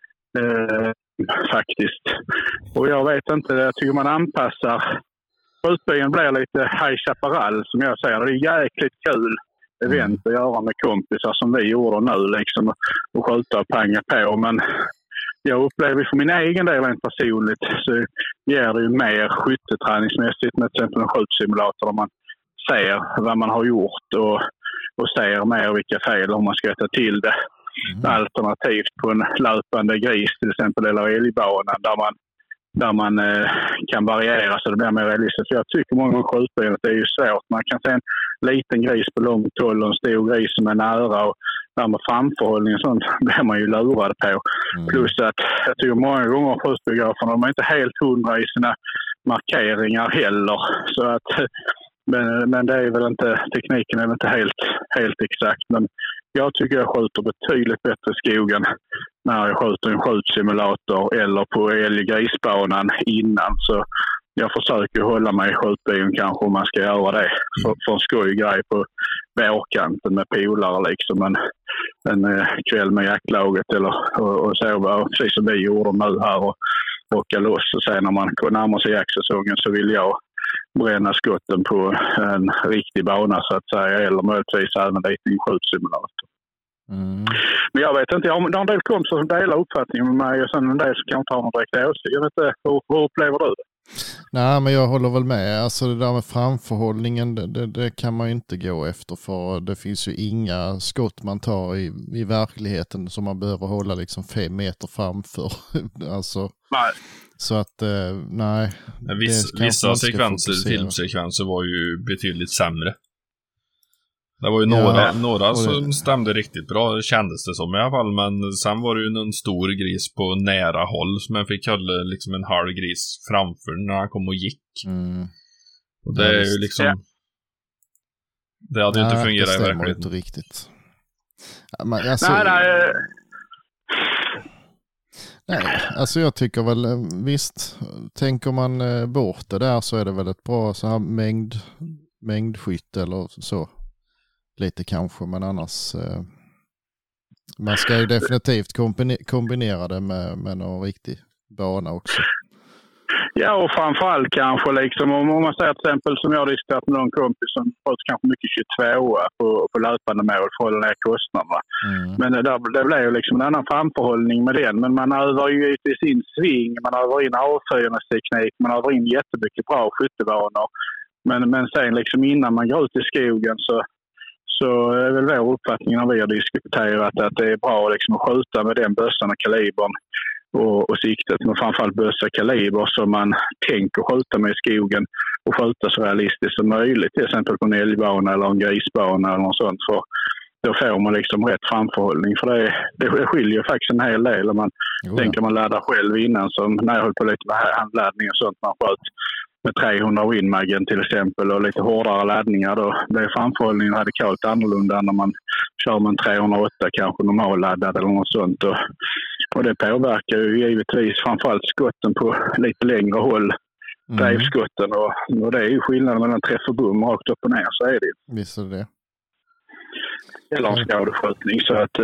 Eh, faktiskt. Och jag vet inte, jag tycker man anpassar. Skjutbion blir lite High Chaparral som jag säger. Det är jäkligt kul event att göra med kompisar som vi gjorde nu liksom, och skjuta och panga på, men jag upplever för min egen del rent personligt så ger det ju mer skytteträningsmässigt med till exempel en skjutsimulator där man ser vad man har gjort och, och ser mer vilka fel om man ska ta till det. Mm. Alternativt på en löpande gris till exempel eller älgbanan där man där man eh, kan variera så det blir mer realistiskt. Jag tycker många gånger skjutbilen att det är ju svårt. Man kan se en liten gris på långt håll och en stor gris som är nära och där med framförhållning och sånt blir man ju lurad på. Mm. Plus att jag tycker många gånger skjutbiograferna de är inte helt hundra i sina markeringar heller. Så att, men, men det är väl inte, tekniken är väl inte helt, helt exakt. Men jag tycker jag skjuter betydligt bättre i skogen när jag skjuter en skjutsimulator eller på älggrisbanan innan. Så jag försöker hålla mig i skjutbion kanske om man ska göra det. För, för en skojgrej på vårkanten med polare liksom. En, en kväll med jaktlaget eller och, och sova. Precis som vi gjorde nu här och åka loss. Och sen när man närmar sig jaktsäsongen så vill jag bränna skotten på en riktig bana så att säga. Eller möjligtvis även lite i en skjutsimulator. Mm. Men jag vet inte, jag har en del kompisar som delar uppfattningen med mig och sen en del som kan ta någon direkt åsikt. Jag vet inte, hur, hur upplever du det? Nej, men jag håller väl med. Alltså det där med framförhållningen, det, det, det kan man ju inte gå efter för det finns ju inga skott man tar i, i verkligheten som man behöver hålla liksom fem meter framför. Alltså, nej. Så att, eh, nej. Viss, vissa sekvenser, filmsekvenser var ju betydligt sämre. Det var ju några, Ja, några det... som stämde riktigt bra, det kändes det som i alla fall. Men sen var det ju någon stor gris på nära håll som jag fick hålla liksom en halv gris framför när han kom och gick. Mm. Och det ja, är visst. ju liksom... Ja. Det hade ju inte fungerat i verkligheten. verkligheten. Inte riktigt. Ja, men alltså... Nej, nej. Nej, alltså jag tycker väl visst, tänker man bort det där så är det väl ett bra så här mängd, mängdskytt eller så. Lite kanske, men annars eh, man ska ju definitivt kombinera, kombinera det med, med någon riktig bana också. Ja, och framförallt kanske liksom, om man säger till exempel som jag har diskuterat med någon kompis som fått kanske mycket tjugotvå på, på löpande mål för att hålla ner kostnaderna. Mm. Men det, det blir ju liksom en annan framförhållning med den. Men man övar ju i sin sving, man övar in avfyrarnas teknik, man övar in jättemycket bra skyttebanor. Men, men sen liksom innan man går ut i skogen så, så är väl vår uppfattning när vi har diskuterat att det är bra liksom att skjuta med den bössan och kalibern. Och, och siktet, men framförallt bössa kaliber som man tänker skjuta med i skogen och skjuta så realistiskt som möjligt, till exempel på en älgbana eller en grisbana eller något sånt, för då får man liksom rätt framförhållning, för det, det skiljer faktiskt en hel del om man oh, tänker man laddar själv innan, som när jag höll på lite med handladdning och sånt, man sköt med trehundra Winmagen till exempel och lite hårdare laddningar, då blir framförhållningen radikalt annorlunda när man kör med en trehundraåtta kanske normalladdad eller något sånt, och, och det påverkar ju givetvis framförallt skotten på lite längre håll, mm. drivskotten, och, och det är ju skillnaden mellan träff och bum rakt upp och ner, så är det. Visst är det. Eller en skadeskjutning, så att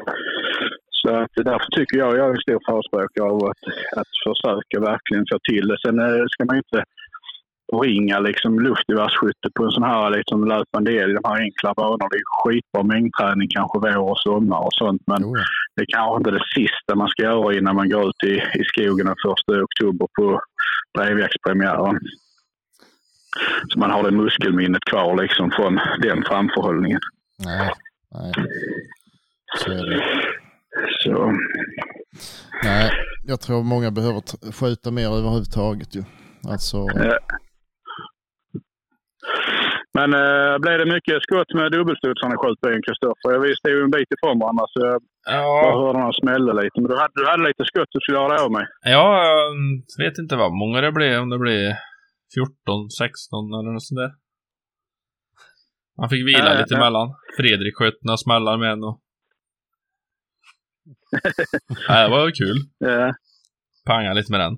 Så att därför tycker jag jag är en stor förespråkare av att, att försöka verkligen få till det. Sen ska man inte ringa liksom luftgevärskytte på en sån här liksom löpande del i de här enkla banor. Det är skitbra mängdträning kanske vår och sommar och sånt, men oh ja. Det är kanske inte det sista man ska göra innan man går ut i, i skogen den första oktober på drevjaktspremiären. Så man har det muskelminnet kvar liksom från den framförhållningen. Nej, nej. Så är det. Så. Nej, jag tror många behöver t- skjuta mer överhuvudtaget ju. Alltså... Ja. Men äh, blev det mycket skott med dubbelstudsarna skjut på en, Kristoffer? Jag visste ju en bit ifrån varandra, så jag ja. hörde han smälla lite. Men du hade, du hade lite skott du skulle göra av mig. Ja, jag vet inte vad många det blev. Om det blev fjorton, sexton eller något sånt där. Man fick vila äh, lite ja. emellan. Fredrik sköt några smällar med en och... Nej, det var kul. Ja. Panga lite med den.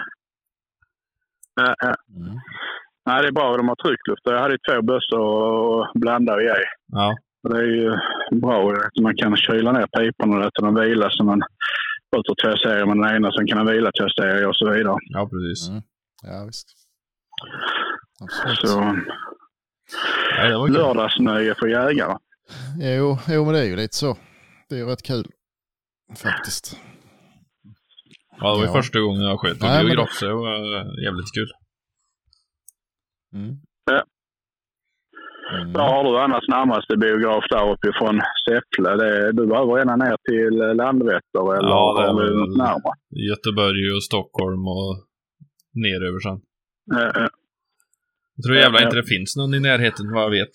Ja, ja. Mm. Nej, det är bra att de har tryckluft. Jag hade två bössor och blandade i. Ja. Det är ju bra att man kan kyla ner piporna och låta dem vila, så man skjuter två serier med den ena, sen kan man vila två serier och så vidare. Ja, precis. Mm. Ja, visst. Absolut. Så ja, lördagsnöje för jägare. Jo, jo, men det är ju lite så. Det är ju rätt kul. Faktiskt. Ja, det var ju ja. första gången jag sköt. Och biograf, så det var jävligt kul. Mm. Ja. Mm. Då har du annars närmaste biograf där uppifrån Säffle. Det, du behöver ena ner till Landvetter eller ja, det är väl närmare. Göteborg och Stockholm och ner över sen. Ja, ja. Jag tror jävla ja, inte ja. det finns någon i närheten, vad jag vet.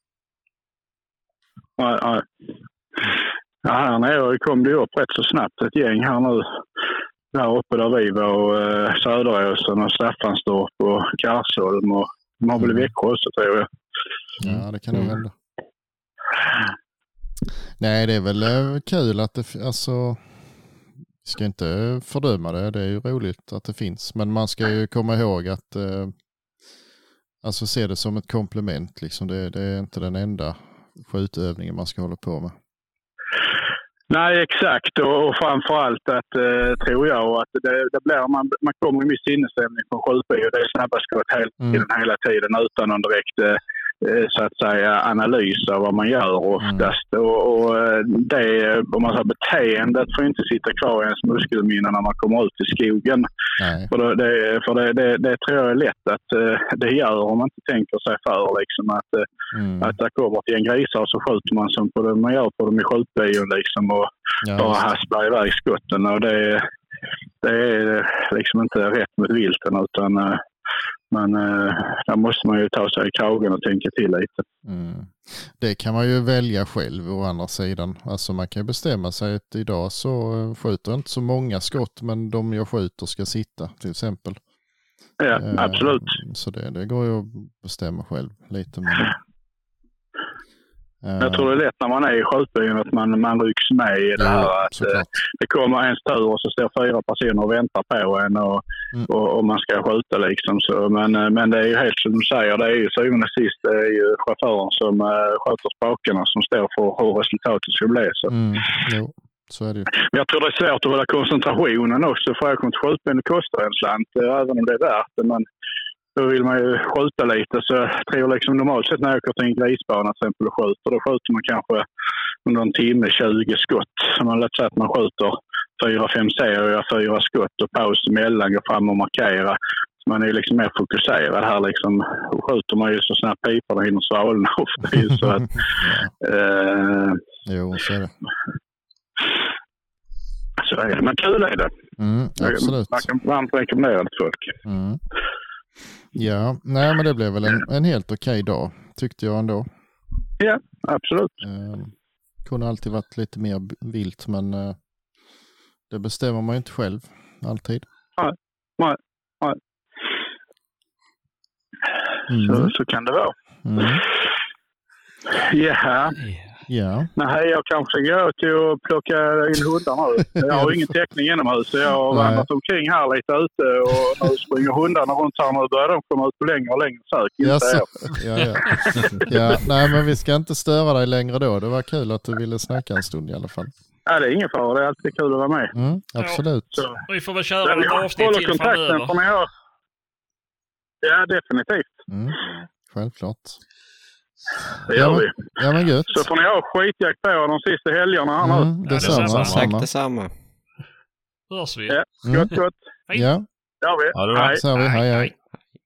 Nej, nej. Ja, här nere kom det upp rätt så snabbt ett gäng här nu. Där uppe där vi var, och eh, Söderåsen och Staffanstorp och Karsholm och de har väl i Växjö också, tror jag. Ja, det kan det väl. Nej, det är väl eh, kul att det, alltså, vi ska inte fördöma det, det är ju roligt att det finns. Men man ska ju komma ihåg att eh, alltså se det som ett komplement, liksom. Det, det är inte den enda skjutövningen man ska hålla på med. Nej, exakt. Och, och framförallt att, eh, tror jag, att det, det blir, man, man kommer i min sinnesstämning från skjutbil och det är snabba skott hela tiden, mm. hela tiden utan någon direkt eh, så att säga analys av vad man gör oftast. Mm. Och, och det, om man säger, beteendet får inte sitta kvar i ens muskelminne när man kommer ut i skogen. Nej. För, det, för det, det, det tror jag är lätt att det gör om man inte tänker sig för liksom, att, mm. att det kommer till en grisar så skjuter man som på det man gör på dem i skjutbion liksom, och ja, bara hasplar iväg skotten. Och det, det är liksom inte rätt mot vilten, utan Men eh, där måste man ju ta sig i kragen och tänka till lite. Mm. Det kan man ju välja själv å andra sidan. Alltså man kan ju bestämma sig att idag så skjuter jag inte så många skott, men de jag skjuter ska sitta till exempel. Ja, eh, absolut. Så det, det går ju att bestämma själv lite. Men, eh, jag tror det är lätt när man är i skjutbyn att man, man rycks med i det ja, här. Att såklart. det kommer en tur och så står fyra personer och väntar på en och, mm. och, och man ska skjuta liksom. Så, men, men det är ju helt som du säger, det är ju syvende och sist, det är ju chauffören som äh, sköter spakarna som står för hur resultatet ska bli. Så. Mm. Jo, så är det ju. Men jag tror det är svårt att hålla koncentrationen också, för jag kommer inte skjutbyn, det kostar en slant, även om det är värt det. Men då vill man ju skjuta lite, så jag tror liksom normalt sett när jag åker till en grisbana till exempel och skjuter, då skjuter man kanske under en timme tjugo skott. Så man låter säga att man skjuter fyra, fem serier, fyra skott och paus emellan, går fram och markera. Så man är liksom mer fokuserad här liksom. Och skjuter man ju så snabbt piparna hinner svalna ofta ju så att... eh, jo, så är det. Så är det. Men kul är det. Mm, absolut. Man kan varmt rekommendera det till folk. Mm. Ja, nej men det blev väl en, en helt okej dag, tyckte jag ändå. Ja, absolut. Eh, kunde alltid varit lite mer vilt, men eh, det bestämmer man ju inte själv, alltid. Nej, nej, nej. Mm. Så, så kan det vara. Mm. Yeah. Ja. Nej, jag kanske går till att plocka in hundarna nu. Jag har ingen täckning inomhus, så jag har vandrat omkring här lite ute och nu springer hundarna runt här. Nu börjar de komma ut på längre och längre sök. Ja, så, ja, ja. Ja, nej, men vi ska inte störa dig längre då. Det var kul att du ville snacka en stund i alla fall. Ja, det är ingen fara. Det är alltid kul att vara med. Mm, absolut. Ja. Vi får väl köra ett avsnitt till framöver. Får ni ha. Ja, definitivt. Mm, självklart. Det gör ja, men, vi. Ja, men gött. Så får ni ha skitjakt på de sista helgerna här nu. Mm, detsamma. Ja, det Exakt detsamma. Hörs vi. Ja, Mm. gott, gott. Hej. Ja, Det gör vi. Ja, det var Hej. så har vi. Hej, hej.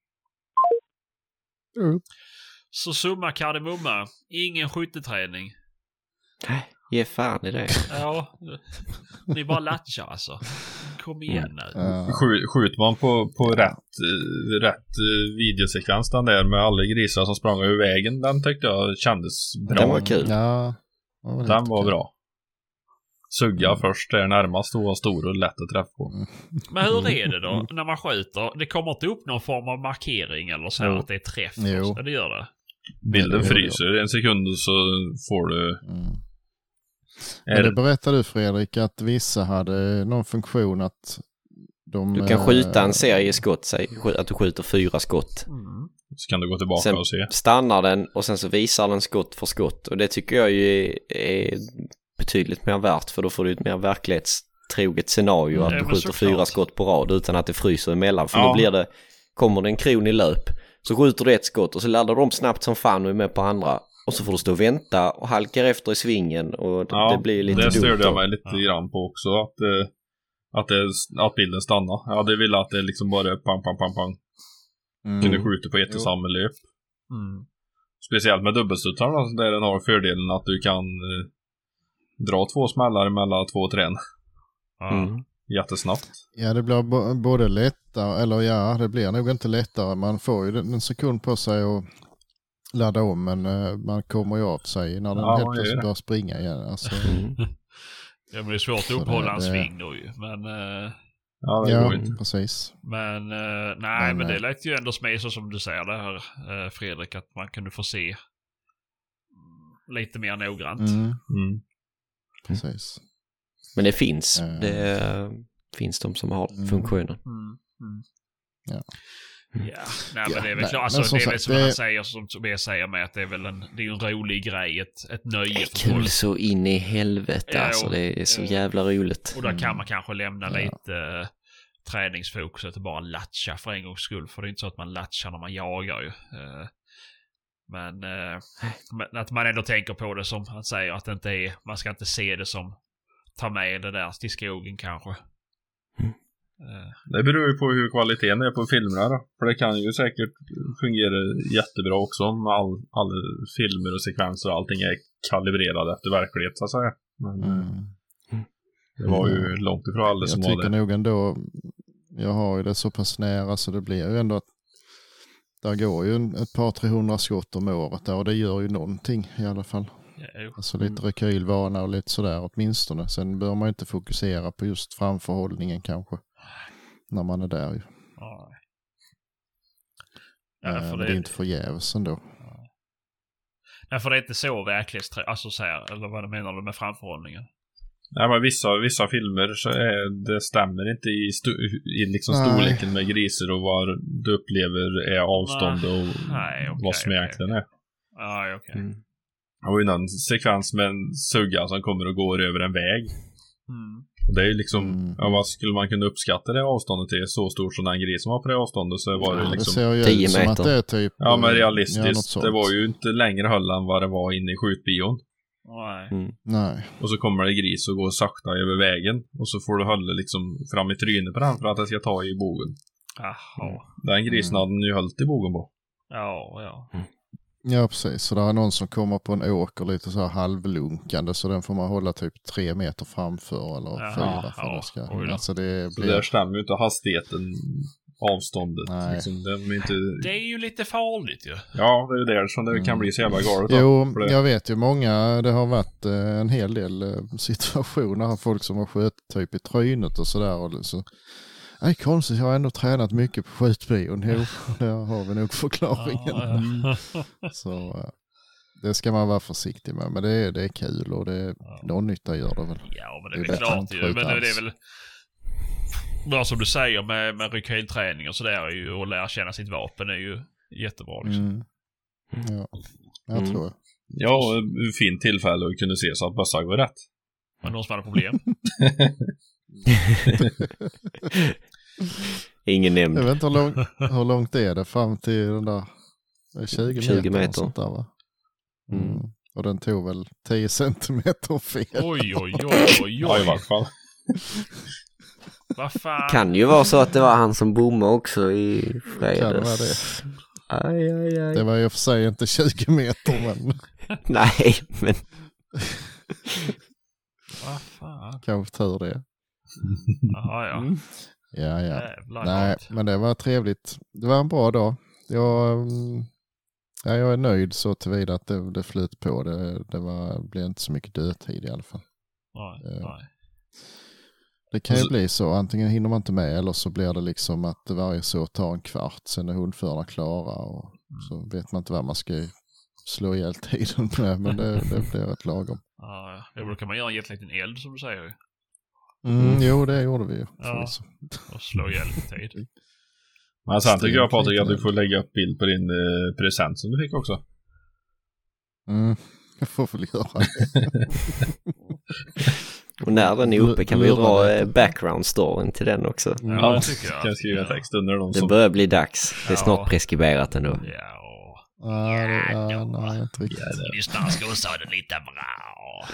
Mm. Så summa kardemumma. Ingen skytteträning. Nej, ge fan i det. Ja, ni bara latchar alltså. Kom igen nu. Ja. Skj- skjuter man på, på rätt, eh, rätt eh, videosekvens den där med alla grisar som sprang över vägen, den tyckte jag kändes bra. Den var kul. Ja, det var Den var kul. bra. Sugga mm. först där närmast och var stor och lätt att träffa på. Men hur är det då när man skjuter? Det kommer inte upp någon form av markering eller så Jo. att det är träff? Jo. Det gör det. Bilden Jo, jo. fryser en sekund och så får du... Mm. Är Men det berättade du, Fredrik, att vissa hade någon funktion att de... Du kan skjuta en serie skott, säg att du skjuter fyra skott. Mm. Så kan du gå tillbaka Sen och se. stannar den och sen så visar den skott för skott. Och det tycker jag ju är, är betydligt mer värt, för då får du ett mer verklighetstroget scenario Mm, att det du är skjuter såklart. fyra skott på rad utan att det fryser emellan. För Ja. då blir det, kommer det en kron i löp så skjuter du ett skott och så laddar de snabbt som fan och är med på andra. Och så får du stå och vänta och halkar efter i svingen och Ja, det blir lite det dumt. störde jag då. mig lite Ja. grann på också. Att, eh, att, det, att bilden stannar. Jag hade velat att det liksom bara pang, pang, pang, pang. Mm. Kunde skjuta på ett Jo. och samma löp. Mm. Speciellt med dubbelstudsarna där den har fördelen att du kan eh, dra två smällar mellan två trän. Ja. Mm. Jättesnabbt. Ja, det blir bo- både lättare, eller ja, det blir nog inte lättare. Man får ju en sekund på sig att ladda om, men uh, man kommer ju av sig när den Ja, helt det är plötsligt det. börjar springa igen. Alltså, Mm. Ja, men det är svårt Så att uppehålla det- en det- sving då ju. Men, eh, Ja, det ja, går inte. precis. men eh, nej, Men, men det eh, lät ju ändå som så som du säger det här, eh, Fredrik, att man kunde få se lite mer noggrant. Mm, Mm. precis. Men det finns. Mm. Det eh, finns de som har Mm. funktionen. Mm, mm. Ja. Ja, nej Ja, men det är väl nej, klart, men alltså, som det är väl sagt, som det- han säger, som Tobias säger med att det är väl en, det är ju en rolig grej, ett, ett nöje Det är för kul folk. så in i helvete, Ja, alltså jo, det är så jo. jävla roligt. Och där kan man kanske lämna Ja. lite eh, träningsfokuset och bara latcha för en gångs skull. För det är inte så att man latchar när man jagar ju. Eh, men, eh, men att man ändå tänker på det som han säger, att det inte är, man ska inte se det som ta med det där till skogen kanske. Mm. Eh, Det beror ju på hur kvaliteten är på filmerna då. För det kan ju säkert fungera jättebra också om all, alla filmer och sekvenser och allting är kalibrerade efter verklighet så att säga. Men Mm. det var ju långt ifrån alla som Jag var tycker det. nog ändå, jag har ju det så pass nära så det blir ju ändå att där går ju en, ett par trehundra skott om året där och det gör ju någonting i alla fall. Ja, alltså lite rekylvana och lite sådär åtminstone. Sen bör man ju inte fokusera på just framförhållningen kanske när man är där ju. Ja. Ja, Ja, men det det är inte förgäves ändå. Nej, för det är inte så verklighetsträ... Alltså så här, eller vad menar du med framförhållningen? Nej, men vissa, vissa filmer så är, det stämmer inte i, stu, i liksom storleken med grisar och vad du upplever är avstånd och Nej, okay, vad som okay, egentligen okay. är. Ja, okej. Okay. Mm. Och innan sekvens med en sugga som kommer och går över en väg. Mm. Och det är ju liksom, mm. ja, vad skulle man kunna uppskatta det avståndet till? Så stort som den gris som var på det avståndet så var det ja, liksom det ser ju tio ut som meter. att det är typ... Ja, men realistiskt. Ja, det var ju inte längre höll än vad det var inne i skjutbion. Nej. Mm. Nej. Och så kommer det gris och går sakta över vägen. Och så får du hålla liksom fram i trynet på den för att det ska ta i bogen. Jaha. Den grisen Mm. hade ju hållit i bogen på. Ja, ja. Mm. Ja, precis. Så det är någon som kommer på en åker lite så här halvlunkande så den får man hålla typ tre meter framför eller Jaha, fyra för ja. det ska. Oj då. Alltså det Så blir... där stämmer ju inte hastigheten, avståndet. Nej. Liksom, det är inte... Det är ju lite farligt ju. Ja, det är ju där som det kan bli så jävla galet. Jo, för det. jag vet ju många, det har varit eh, en hel del eh, situationer här, folk som har skjutit typ i trynet och sådär och så. Nej, konstigt, jag har ändå tränat mycket på skjutbion. Jo, där har vi nog förklaringen. Ja, ja. Så eh, det ska man vara försiktig med, men det är, det är kul och det, Ja. någon nytta gör det väl. Ja, men det är Det är väl bättre än klart ju. Men skjut det alls. är väl bra som du säger med, med rekylträning och sådär är ju, och lära känna sitt vapen är ju jättebra liksom. Mm. Ja, jag Mm. tror jag. Ja, ett fint tillfälle att kunna se så att bössa går rätt. Men någon som hade problem? Ingen nämnd. Jag vet inte hur, lång, hur långt är det fram till den där tjugo, tjugo meter. meter. Sånt där, va? Mm. Mm. Och den tog väl tio centimeter fel. Oj, oj, oj, oj, Ja, i oj. vart fall. Vad fan? Kan ju vara så att det var han som bommade också i fredags. Kan det vara det? Aj, aj, aj. Det var ju för sig inte tjugo meter, men Nej, men Vad fan? kanske tur det. Jaha, ja. Mm. Ja, ja. Jävlar Nej, gott. men det var trevligt. Det var en bra dag. Jag, mm, ja, jag är nöjd så tillvida att det, det flyt på. Det, det var, blev inte så mycket dödtid i alla fall. Nej, Eh, nej. Det kan ju Alltså- bli så. Antingen hinner man inte med eller så blir det liksom att varje så tar en kvart. Sen är hundförarna klara och så vet man inte vad man ska slå ihjäl tiden med. Men det, det blir ett lagom. Ja, ja. Då kan man göra en jätteliten eld som du säger ju. Mm, jo, det gjorde vi ju. Ja. förvisso. Och slå ihjäl lite tid. Men sen tycker jag, Extremt Patrik, att du lite. får lägga upp bild på din eh, present som du fick också. Mm, jag får väl göra det. och när den är uppe kan vi Lura dra lite. eh, background storyn till den också. Ja, det tycker jag. Kan jag skriva Ja. text under de Det som... börjar bli dags. Det är Ja. snart preskriberat ändå. Ja, Ja, det, ja, nej, inte riktigt. lyssnarna ska också ha det lite bra.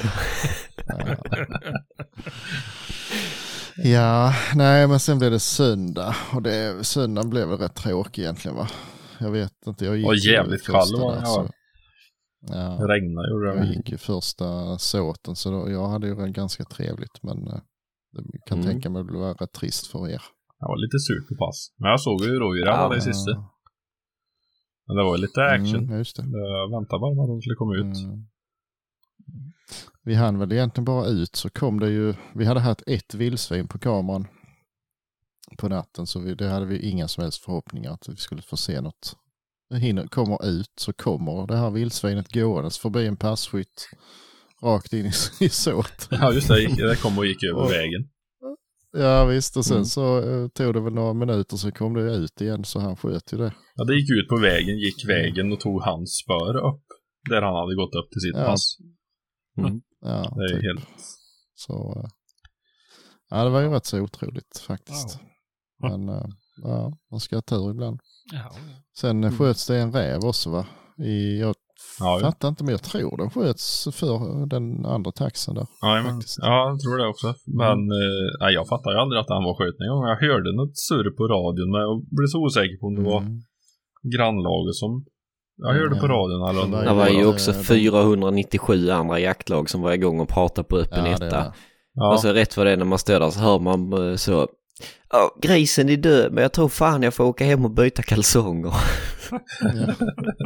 Ja, nej, men sen blev det söndag. Och det, söndagen blev väl rätt tråkig egentligen, va? Jag vet inte, jag gick Och ju jävligt första kall var där, den, så- Det Ja, regnade gjorde jag det. gick ju första såten så då, jag hade ju det ganska trevligt. Men eh, det kan Mm. tänka mig att det var rätt trist för er. Jag var lite sur på pass. Men jag såg ju rådjur alla Ja. det sista. Men det var ju lite action. Mm, just det. Jag väntade bara på att de skulle komma ut. Mm. Vi hann väl egentligen bara ut så kom det ju, vi hade haft ett vildsvin på kameran på natten så vi, det hade vi inga som helst förhoppningar att vi skulle få se något. Det hinner, kommer ut så kommer det här vildsvinet gåendes förbi en passkytt rakt in i, i såt. Ja just det, gick- det kom och gick över Och- vägen. Ja visst och sen Mm. så uh, tog det väl några minuter så kom det ut igen så han sköt ju det. Ja, det gick ut på vägen, gick vägen och tog hans spör upp. Där han hade gått upp till sitt Ja. pass. Mm. Ja, Det är typ. helt... Så, uh, ja det var ju rätt så otroligt faktiskt. Ja. Men uh, ja, man ska ha tur ibland. Ja. Sen mm. sköts det en räv också va? I, jag Ja, ja. fattar inte men jag tror den sköts för den andra taxen där. Ja, men, faktiskt. ja, jag tror det också. Men eh, nej, jag fattar ju aldrig att han var skjuten en gång. Jag hörde något surr på radion men jag blev så osäker på om det var Mm. grannlaget som jag hörde på Mm. radion. Eller om Det det Det var ju det- också de- fyrahundranittiosju andra jaktlag som var igång och pratade på öppen Ja, det etta. är- Ja, Och så rätt för det när man står där så hör man eh, så Ja, grisen är död, men jag tror fan jag får åka hem och byta kalsonger. Ja.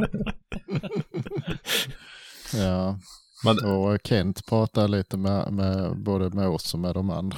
Ja. Men... Och Kent pratar lite med, med både med oss och med de andra.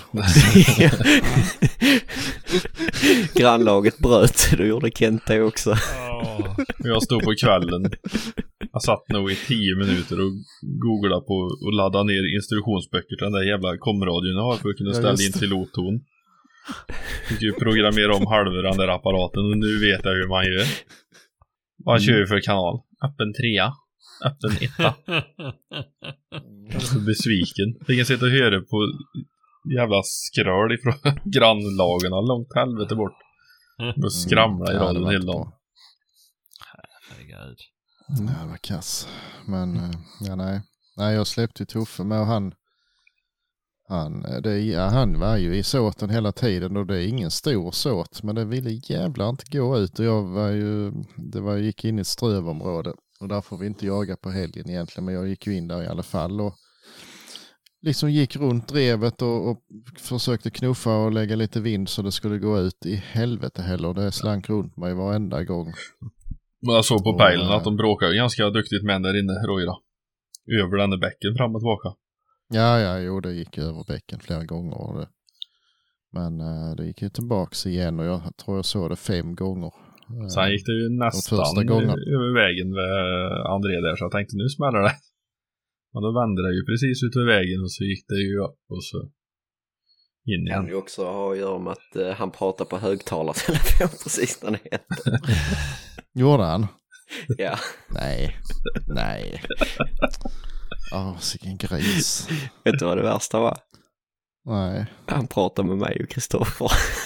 Grannlaget bröt, då gjorde Kent det också. Oh. Jag stod på kvällen. Jag satt nog i tio minuter och googlade på och laddade ner instruktionsböcker till den där jävla komradion jag har för att kunna ställa ja, in pilotton. Fick ju programmera om halva den där apparaten och nu vet jag hur man gör. Vad mm. kör vi för kanal? Öppen trea. Öppen etta. Jag är så besviken. Fick jag sitta och höra på jävla skröl ifrån grannlagarna långt helvete bort. Och skramla i radion hela dagen. Herregud. Nej, det var kass. Men, ja nej. Nej, jag släppte ju Tuffe med och han han, det, ja, han var ju i såten hela tiden och det är ingen stor såt, men det ville jävla inte gå ut och jag var ju, det var gick in i ett strövområde och där får vi inte jaga på helgen egentligen, men jag gick ju in där i alla fall och liksom gick runt drevet och, och försökte knuffa och lägga lite vind så det skulle gå ut i helvete heller. Det slank runt mig varenda gång. Men jag såg på pejlen att de bråkar ganska duktigt med där inne, Rojra. Över den där bäcken fram och tillbaka. Ja, ja, jo, det gick över bäcken flera gånger. Det. Men uh, det gick ju tillbaks igen och jag tror jag såg det fem gånger. Uh, Sen gick det ju nästan över vägen med André där så jag tänkte nu smäller det. Men då vände det ju precis ut över vägen och så gick det ju upp och så in igen. Kan ju också ha att göra med att uh, han pratar på högtalartelefon precis när det hände. Gjorde han? Ja. Nej, nej. Åh, oh, vilken gris. Vet du vad det värsta var? Nej. Han pratar med mig och Kristoffer.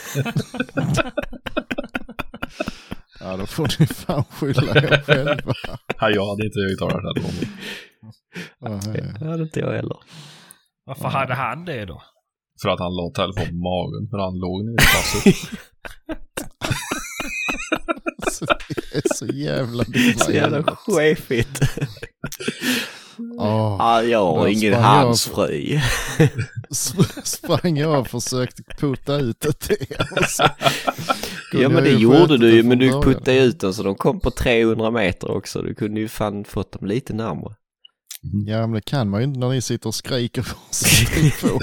Ja, då får ni fan skylla er själva. Ja, jag hade inte högtalat det här. Det hade inte jag heller. Varför hade han det då? För att han låg telefon på magen. För han låg ner i passet. Så det är så jävla dumma. Så jävla chefigt. Oh, ah, jag har ingen handsfri. Sprang jag och försökte putta ut det till. Ja, men det gjorde du ju, men du puttade ut den så de kom på trehundra meter också. Du kunde ju fan fått dem lite närmare. Mm. Ja, men det kan man ju inte när ni sitter och skriker på sin telefon.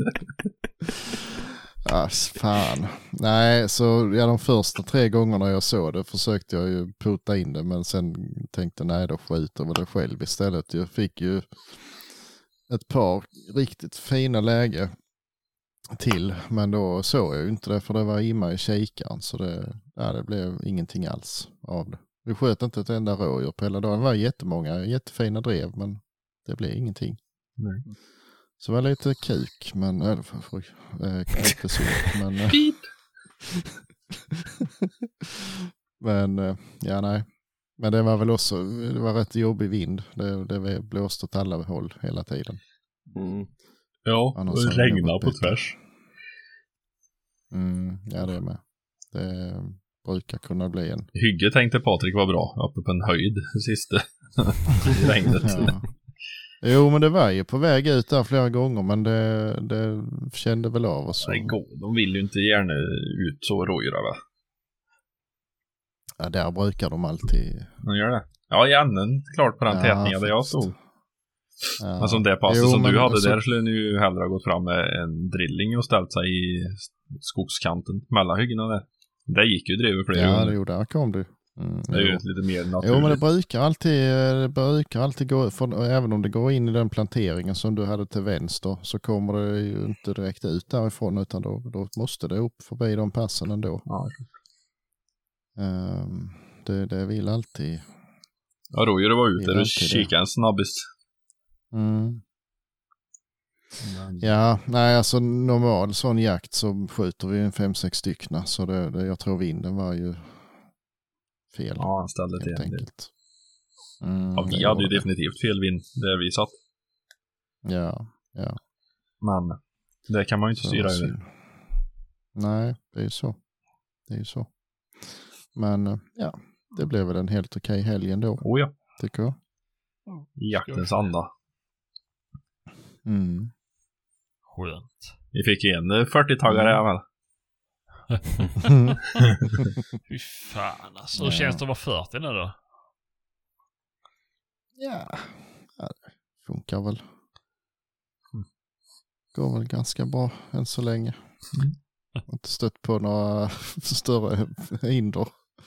Ah, fan. Nej, så ja, de första tre gångerna jag såg det försökte jag ju putta in det, men sen tänkte nej, då skjuter vi det själv istället. Jag fick ju ett par riktigt fina läge till, men då såg jag ju inte det för det var imma i kikaren, så det, ja, det blev ingenting alls av det. Vi sköt inte ett enda rådjur på hela dagen. Det var jättemånga, jättefina drev, men det blev ingenting. Nej. Så det var lite kuk, men äh, för, för, äh, inte så, men äh, men äh, ja nej. Men det var väl också, det var rätt jobbig vind. Det, det blåste åt alla håll hela tiden. Mm. Ja, och det regnade på tvärs. Mm, ja, det är med. Det brukar kunna bli en... Hygge tänkte Patrik var bra, uppe på en höjd sista i regnet. Ja. Jo, men det var ju på väg ut där flera gånger, men det, det kände väl av oss. Det går. De vill ju inte gärna ut så rådjura, va? Ja, där brukar de alltid... De gör det. Ja, i änden, klart på den ja, tätningen där jag stod. Ja. Men som det passet som du hade så... där skulle ni ju hellre ha gått fram med en drilling och ställt sig i skogskanten mellan hyggena där. Det gick ju drevet flera Ja, det gjorde. Där kom du. Mm, det är ju lite mer naturligt. Jo, men det brukar alltid, det brukar alltid gå, för, även om det går in i den planteringen som du hade till vänster, så kommer det ju inte direkt ut därifrån, utan då, då måste det upp förbi de passen ändå. Ja. Um, det, det vill alltid... Ja, då gör det var ute och kika en snabbist. Mm. Ja, nej, alltså normal sån jakt så skjuter vi en fem, sex styckna, så det, det, jag tror vinden var ju fel. Ja, han ställde till enkelt. Mm, ja, vi hade ju det. definitivt fel vind där vi satt. Ja, ja. Men det kan man ju inte så styra över. Nej, det är ju så. Det är ju så. Men ja, det blev väl en helt okej helg ändå. Oh ja. Tycker jag. I jaktens anda. Mm. Skönt. Vi fick ju en fyrtio-taggare mm. väl? Fy fan alltså. Hur känns det att vara fyrtio nu då? Ja, ja det funkar väl. Går väl ganska bra än så länge. Mm. Jag har inte stött på några större hinder.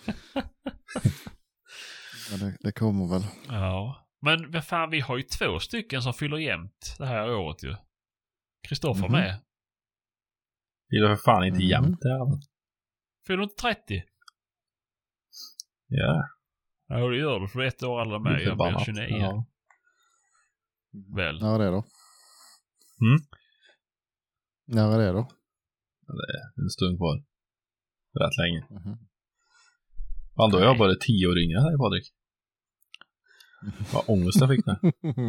Men det, det kommer väl. Ja. Men vad fan, vi har ju två stycken som fyller jämnt det här året ju. Kristoffer mm. med. Fyller för fan inte mm. jämnt det här. Fyller inte trettio? Ja. Ja, det gör du för ett år alla med. Jag blir tjugonio. Ja. Väl. När är det då? Mm? När är det då? Det är en stund kvar. Rätt länge. Mm-hmm. Fan, då är jag bara tio år yngre här, Patrik. Vad ångest jag fick nu.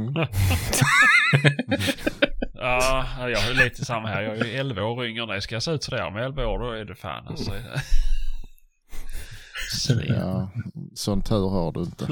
Ja, jag har ju lite samma här. Jag är ju elva år yngre. När jag ska se ut sådär med elva år, då är det fan alltså. Ja, sån tur har du inte.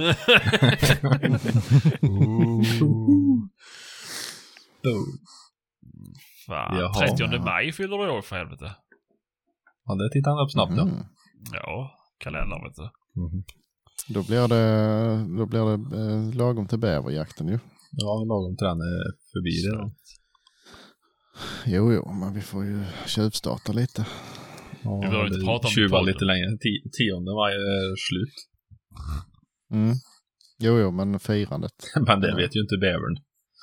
Fan, trettionde maj fyller du år för helvete. Ja, det tittar han upp snabbt mm. då. Ja, kalendern vet du. Mm. Då blir det, då blir det eh, lagom till bäverjakten ju. Ja, lagom till den är förbi det då. Jo, jo, men vi får ju tjuvstarta lite. Ja, vi behöver inte prata om tjuva lite längre. T- tionde maj är slut. Mm. Jo, jo, men firandet. Men det vet ju inte bävern.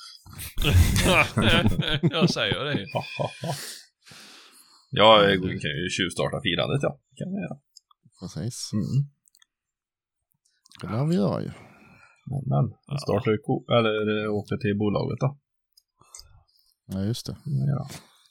Jag säger det. Ja, jag kan ju tjuvstarta firandet, ja. Kan jag göra. Precis. Mm. Det lär vi göra ju. Men, men ja. startar ko- eller åker till bolaget då. Ja, just det. Ja.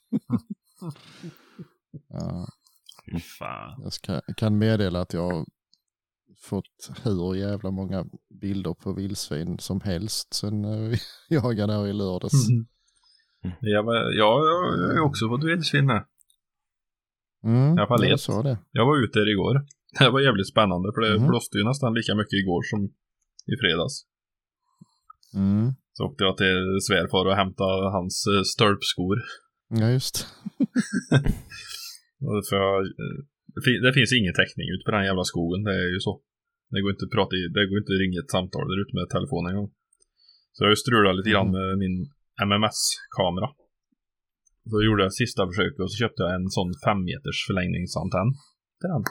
Ja. Fan. Jag ska, kan meddela att jag har fått hur jävla många bilder på vildsvin som helst sen vi jagade där i lördags. Mm. Ja, men, ja, jag har också fått vildsvin här. Mm, jag, jag, sa det. jag var ute där igår. Det var jävligt spännande för det mm. blåste ju nästan lika mycket igår som i fredags. Mm. Så åkte jag till svärfar och hämtade hans störpskor. Ja, just. För jag, det finns ingen täckning ute på den jävla skogen. Det är ju så. Det går inte att prata i, det går inte att ringa ett samtal där ute med telefonen en gång. Så jag strulade lite grann med min M M S-kamera. Så gjorde jag sista försöket och så köpte jag en sån fem meters förlängningsantenn till den.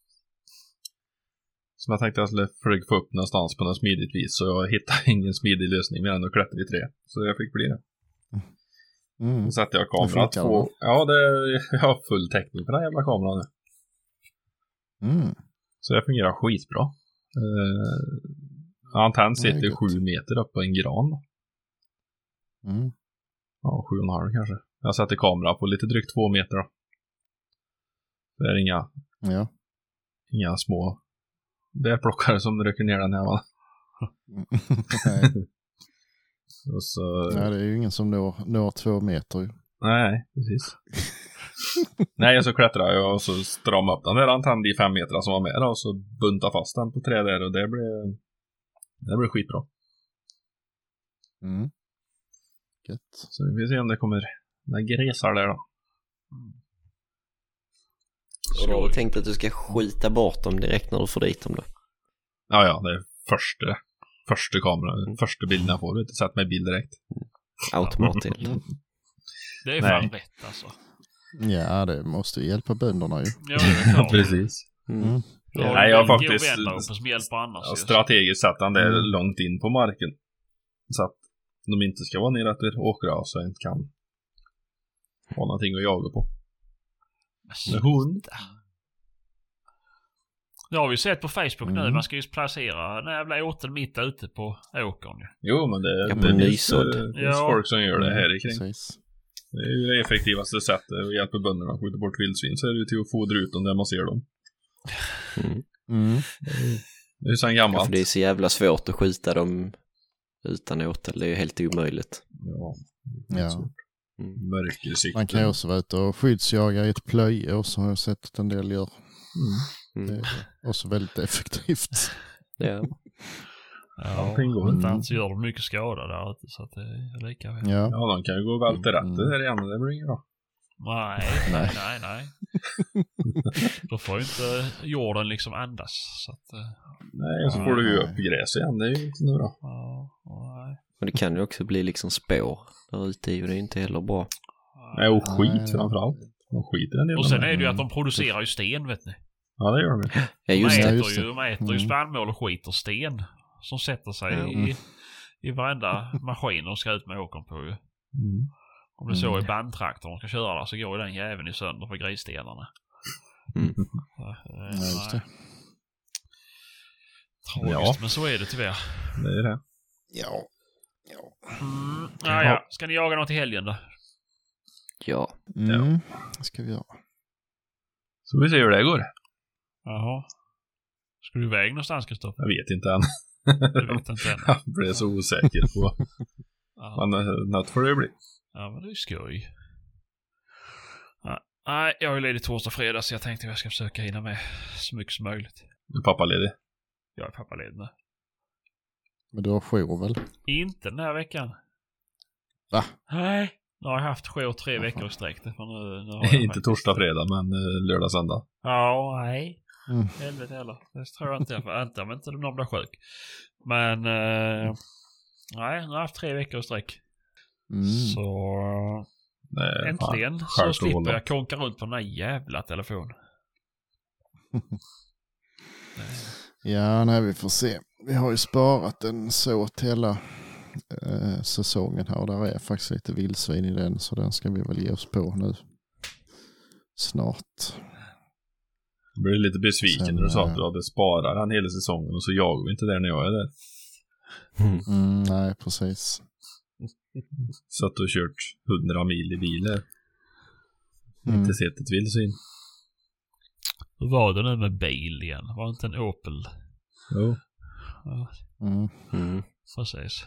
Som jag tänkte jag skulle försöka få upp någonstans på något smidigt vis. Så jag hittade ingen smidig lösning mer än att klättra i tre. Så jag fick bli det. Mm. Så satte jag kameran två. Ja, det, jag har full täckning på den jävla kameran nu. Mm. Så det fungerar skitbra. Uh, antenn sitter sju meter upp på en gran. Mm. Ja, sju och en halv kanske. Jag sätter kamera på lite drygt två meter då. Det är inga, ja. inga små bärplockare som rycker ner den här, va? Nej. Och så... Nej, det är ju ingen som når, når två meter ju. Nej, precis. Nej, så klättrar jag och så stramar upp den där antennen i fem meter som var med och så buntar fast den på tre där och det blir det blir skitbra. Mm. Gött. Så vi får se om det kommer några gräsar där då. Mm. Och då har du tänkt att du ska skita bort dem direkt när du får dit dem då? Ja, ja, det är första första kameran, mm. första bilden jag får. Du har inte sett mig bild direkt. Automat till. Det är fan rätt alltså. Ja, det måste ju hjälpa bönderna ju. Ja, det är precis. Mm. Ja, nej, jag har faktiskt annars, strategiskt satt den där mm. långt in på marken. Så att de inte ska vara nere efter åkra så jag inte kan ha någonting att jaga på. Med hund. Det har vi sett på Facebook mm. nu. Man ska ju placera den jävla åten mitt ute på åkern. Jo, men det, ja, det, det finns, det finns ja. folk som gör det här i kring. Precis. Det är ju det effektivaste sättet att hjälpa bönderna att skjuta bort vildsvin. Så är det ju till att fodra ut dem där man ser dem. Mm. Mm. Det är ju så en gammalt. Ja, för det är så jävla svårt att skjuta dem utan åtel. Det är ju helt omöjligt. Ja, ja. Mm. Mörkersikten. Man kan ju också vara ute och skyddsjaga i ett plöje och så har jag sett att en del gör. Mm. Det är också väldigt effektivt. Ja. Ja, utan så gör de mycket skada där ute så att det är lika väl. Ja, ja de kan ju gå väl till rätt mm. där igen, det blir inget bra. Nej, nej, nej, nej. Då får ju inte jorden liksom andas. Så att, uh... Nej, och så får du ju upp gräs igen. Det är ju inte bra. Ja, nej. Och det kan ju också bli liksom spår där ute i och det är inte heller bra. Nej, och skit framförallt. De skiter en del. Och sen är det ju att de producerar ju sten, vet ni. Ja, det gör de. Ja, just de äter, det. just det. Ju, de äter mm. ju spannmål och skit och sten. Som sätter sig Mm. i, i varenda maskin de ska ut med åkern på ju. Mm. Om det så är bandtraktorn de ska köra där så går ju den jäveln i sönder för grisstenarna. Mm. Så, eh, Ja, just det. Tragiskt, Ja. men så är det tyvärr. Det är det. Ja. Ja. Mm, ja, ja. Ska ni jaga något i helgen då? Ja. Mm. Det ska vi göra. Så vi ser hur det går. Jaha. Ska du iväg någonstans, Kristoffer? Jag vet inte än. Du vet inte än. Jag blev så osäker på. Ja. Men uh, något får det bli. Ja, men det är skoj. Ja. Nej, jag är ledig torsdag och fredag så jag tänkte att jag ska försöka hinna med så mycket som möjligt. Du är pappaledig. Jag är pappaledig nu. Men du har jour väl? Inte den här veckan. Va? Nej. Nu har jag haft jour tre veckor i sträck. Nu, nu har jag Inte faktiskt... torsdag, fredag, men uh, lördag, söndag. Ja, nej. Mm. Helvete heller. Det tror jag inte. Jag får inte om inte någon blir sjuk. Men eh, nej, nu har jag haft tre veckor i sträck. Mm. Så Nej, äntligen fan, så själv slipper hålla. jag konka runt på den här jävla telefonen. Ja, nej, vi får se. Vi har ju sparat en såt hela eh, säsongen här och där är faktiskt lite vildsvin i den så den ska vi väl ge oss på nu snart. Jag blev lite besviken Sen, när du sa äh, att du hade sparat han hela säsongen och så jagar vi inte där när jag är där. Mm. Mm, nej, precis. Så att du har kört hundra mil i bilen. Mm. Inte sett ett vildsvin. Hur var det nu med bil igen? Var det inte en Opel? Jo. Ja, Mm. Mm. precis.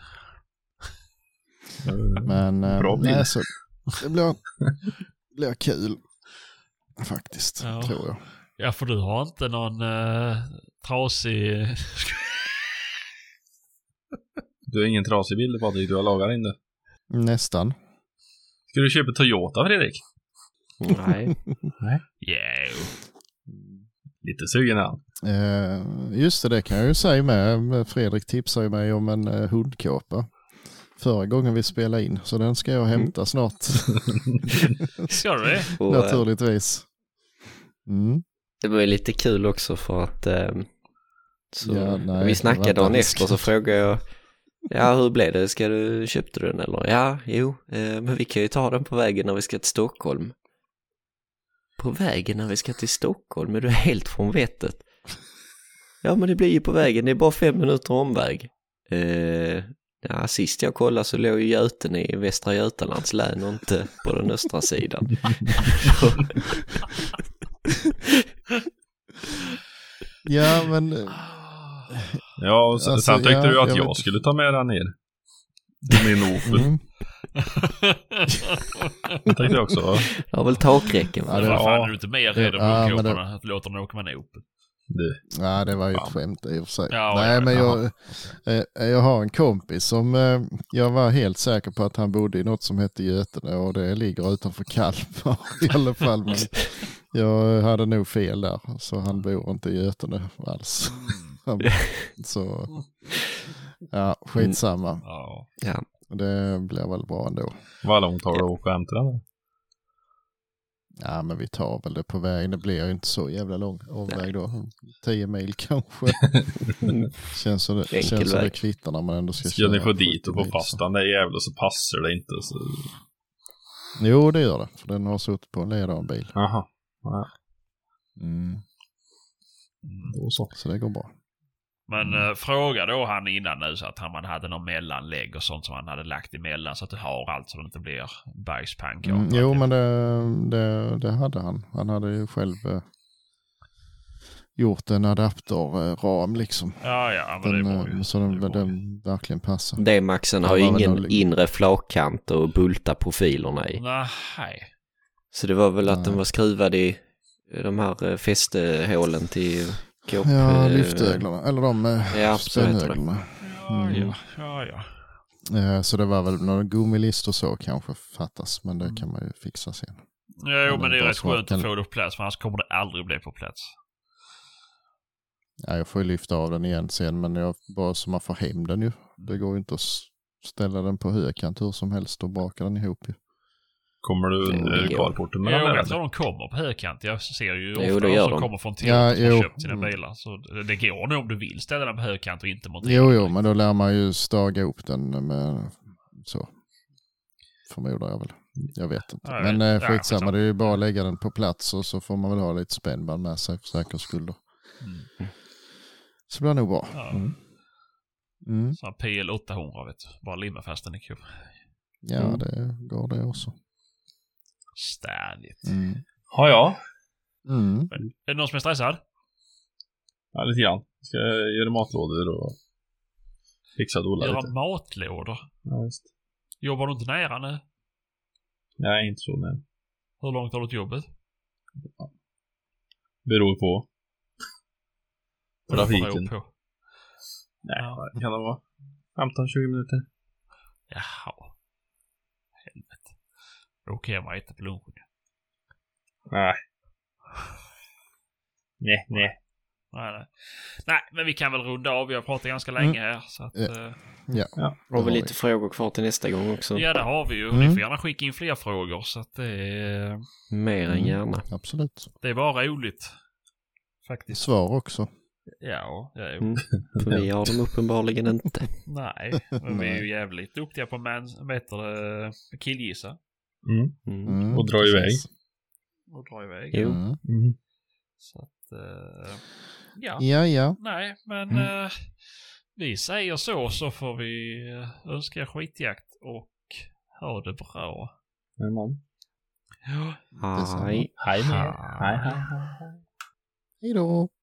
Men eh, Bra bil. nej, så det blir, blir kul faktiskt, Ja. tror jag. Ja, för du har inte någon uh, trasig... Du har ingen trasig bil, Patrik. Du har lagat in det. Nästan. Ska du köpa Toyota, Fredrik? Nej. Yeah. Lite sugen är han. Eh, just det, det kan jag ju säga med. Fredrik tipsade ju mig om en eh, hundkåpa förra gången vi spelade in. Så den ska jag hämta snart. Ska du det? Och, eh, Naturligtvis. Mm. det var ju lite kul också för att eh, så, Ja, nej, vi snackade vänta, dagen det efter ska- så frågade jag ja, hur blev det? Ska du, köpte du den eller? Ja, jo, eh, men vi kan ju ta den på vägen när vi ska till Stockholm. På vägen när vi ska till Stockholm? Är du helt från vettet? Ja, men det blir ju på vägen. Det är bara fem minuter omväg. Eh, ja, sist jag kollade så låg ju Göten i Västra Götalands län och inte på den östra sidan. Ja, men eh, Ja, och sen, Alltså, sen tyckte ja, du att jag jag, vet- skulle ta med den ner. Min Opel. mm. Det tänkte jag också. Va? Jag har väl takräcken. Ja, Ja, det- vad fan ja. är du inte mer Det- rädd om ja, men hundkåporna? det- Att låta dem åka med en Opel? Du. Ja, det var ju ett Fan. skämt i och för sig. Ja, Nej, ja, men jaha. jag, eh, jag har en kompis som eh, jag var helt säker på att han bodde i något som heter Götene och det ligger utanför Kalmar i alla fall. Men jag hade nog fel där, så han bor inte i Götene alls. Han- så ja, skitsamma. Ja. Ja. Det blir väl bra ändå. Vad långt tar det att åka och hämta den? Ja, men vi tar väl det på vägen. Det blir ju inte så jävla lång omväg då. Tio mil kanske. Känns som det, Enkel känns som det väg. kvittar när man ändå ska, Ska ni köra få dit och sjuttio på mil, fastan, det är jävla så passar det inte. Så... så. Jo, det gör det. För den har suttit på en ledare bil. Aha. Ja, Mm. då så. Så det går bra. Men eh, fråga då han innan nu så att han man hade någon mellanlägg och sånt som han hade lagt emellan så att du har allt så det inte blir bajspannkaka. Mm, jo, men det, det, det hade han. Han hade ju själv eh, gjort en adapterram liksom. Ja, ja, men Den, det var eh, ju... så den, det var ju- den verkligen passar. D-Maxen har Det ju var väl ingen någon- inre flakkant och bulta profilerna i. Nej. Så det var väl att Nej. den var skruvad i de här eh, fästehålen till kåp... Ja, eh, lyftöglarna. Eller de eh, Ja, så heter det. spännöglarna. Ja, Mm. ja, ja, ja. Eh, Så det var väl några gummilist och så kanske fattas. Men det kan man ju fixa sen. Jo, men det är bara rätt så skönt kan- att få det på plats, för annars kommer det aldrig bli på plats. Ja, jag får ju lyfta av den igen sen, men jag bara så man får hem den ju. Det går ju inte att s- ställa den på högkant hur som helst och baka den ihop ju. Kommer du under Jo. carporten med Jo, den jag där? tror de kommer på högkant. Jag ser ju Jo, ofta det gör som de. kommer från Ja, Toyota som har jo. köpt sina Mm. bilar. Så det, det går nog om du vill ställa den på högkant och inte montera Jo, den. jo, men då lär man ju staga ihop den med så. Förmodar jag väl. Jag vet inte. Ja, jag men vet. eh, Ja, skitsamma, skitsamma. det är ju bara att lägga den på plats och så får man väl ha lite spännband med sig för säkerhets skull då. Mm. Så det blir nog bra. Ja. Mm. Mm. Så P L åttahundra vet du. Bara limma fast den i kub. Ja, Mm. det går det också. Ständigt. Mm. Ja, ja. Mm. Är det någon som är stressad? Ja, lite grann. Ska jag göra matlådor och fixa och dola Göra lite. matlådor. Ja, just. Jobbar du inte nära nu? Nej, inte så nej. Hur långt har du till jobbet? Beror på. Trafiken. Beror på. Nej, Ja. det kan det vara femton tjugo minuter. Jaha. Helvete. Då åker jag hem och äter på lunchen. Nej. Nej, nej. Nej, nej. nej, men vi kan väl runda av. Vi har pratat ganska länge här. Så att, Ja. eh, Ja. Ja. det Har vi lite frågor kvar till nästa gång också? ja, det har vi ju. Mm. Ni får gärna skicka in fler frågor. Så att det är, Mer än gärna. Absolut. det är bara roligt. Faktiskt. Svar också. Ja, ja jo. Mm. För vi har dem uppenbarligen inte. Nej, men vi är ju jävligt duktiga på man, vad heter det, killgissa Mm. Mm. Mm, Och dra iväg. precis. och dra iväg. Jo. Mm. Mm. Så att, eh, ja. Ja, ja. Nej, men Mm. eh, vi säger så, så får vi eh, önska er skitjakt och ha det bra. Jajamän. Ja. Hej. Hej med er. Hej, hej, hej. Hej då.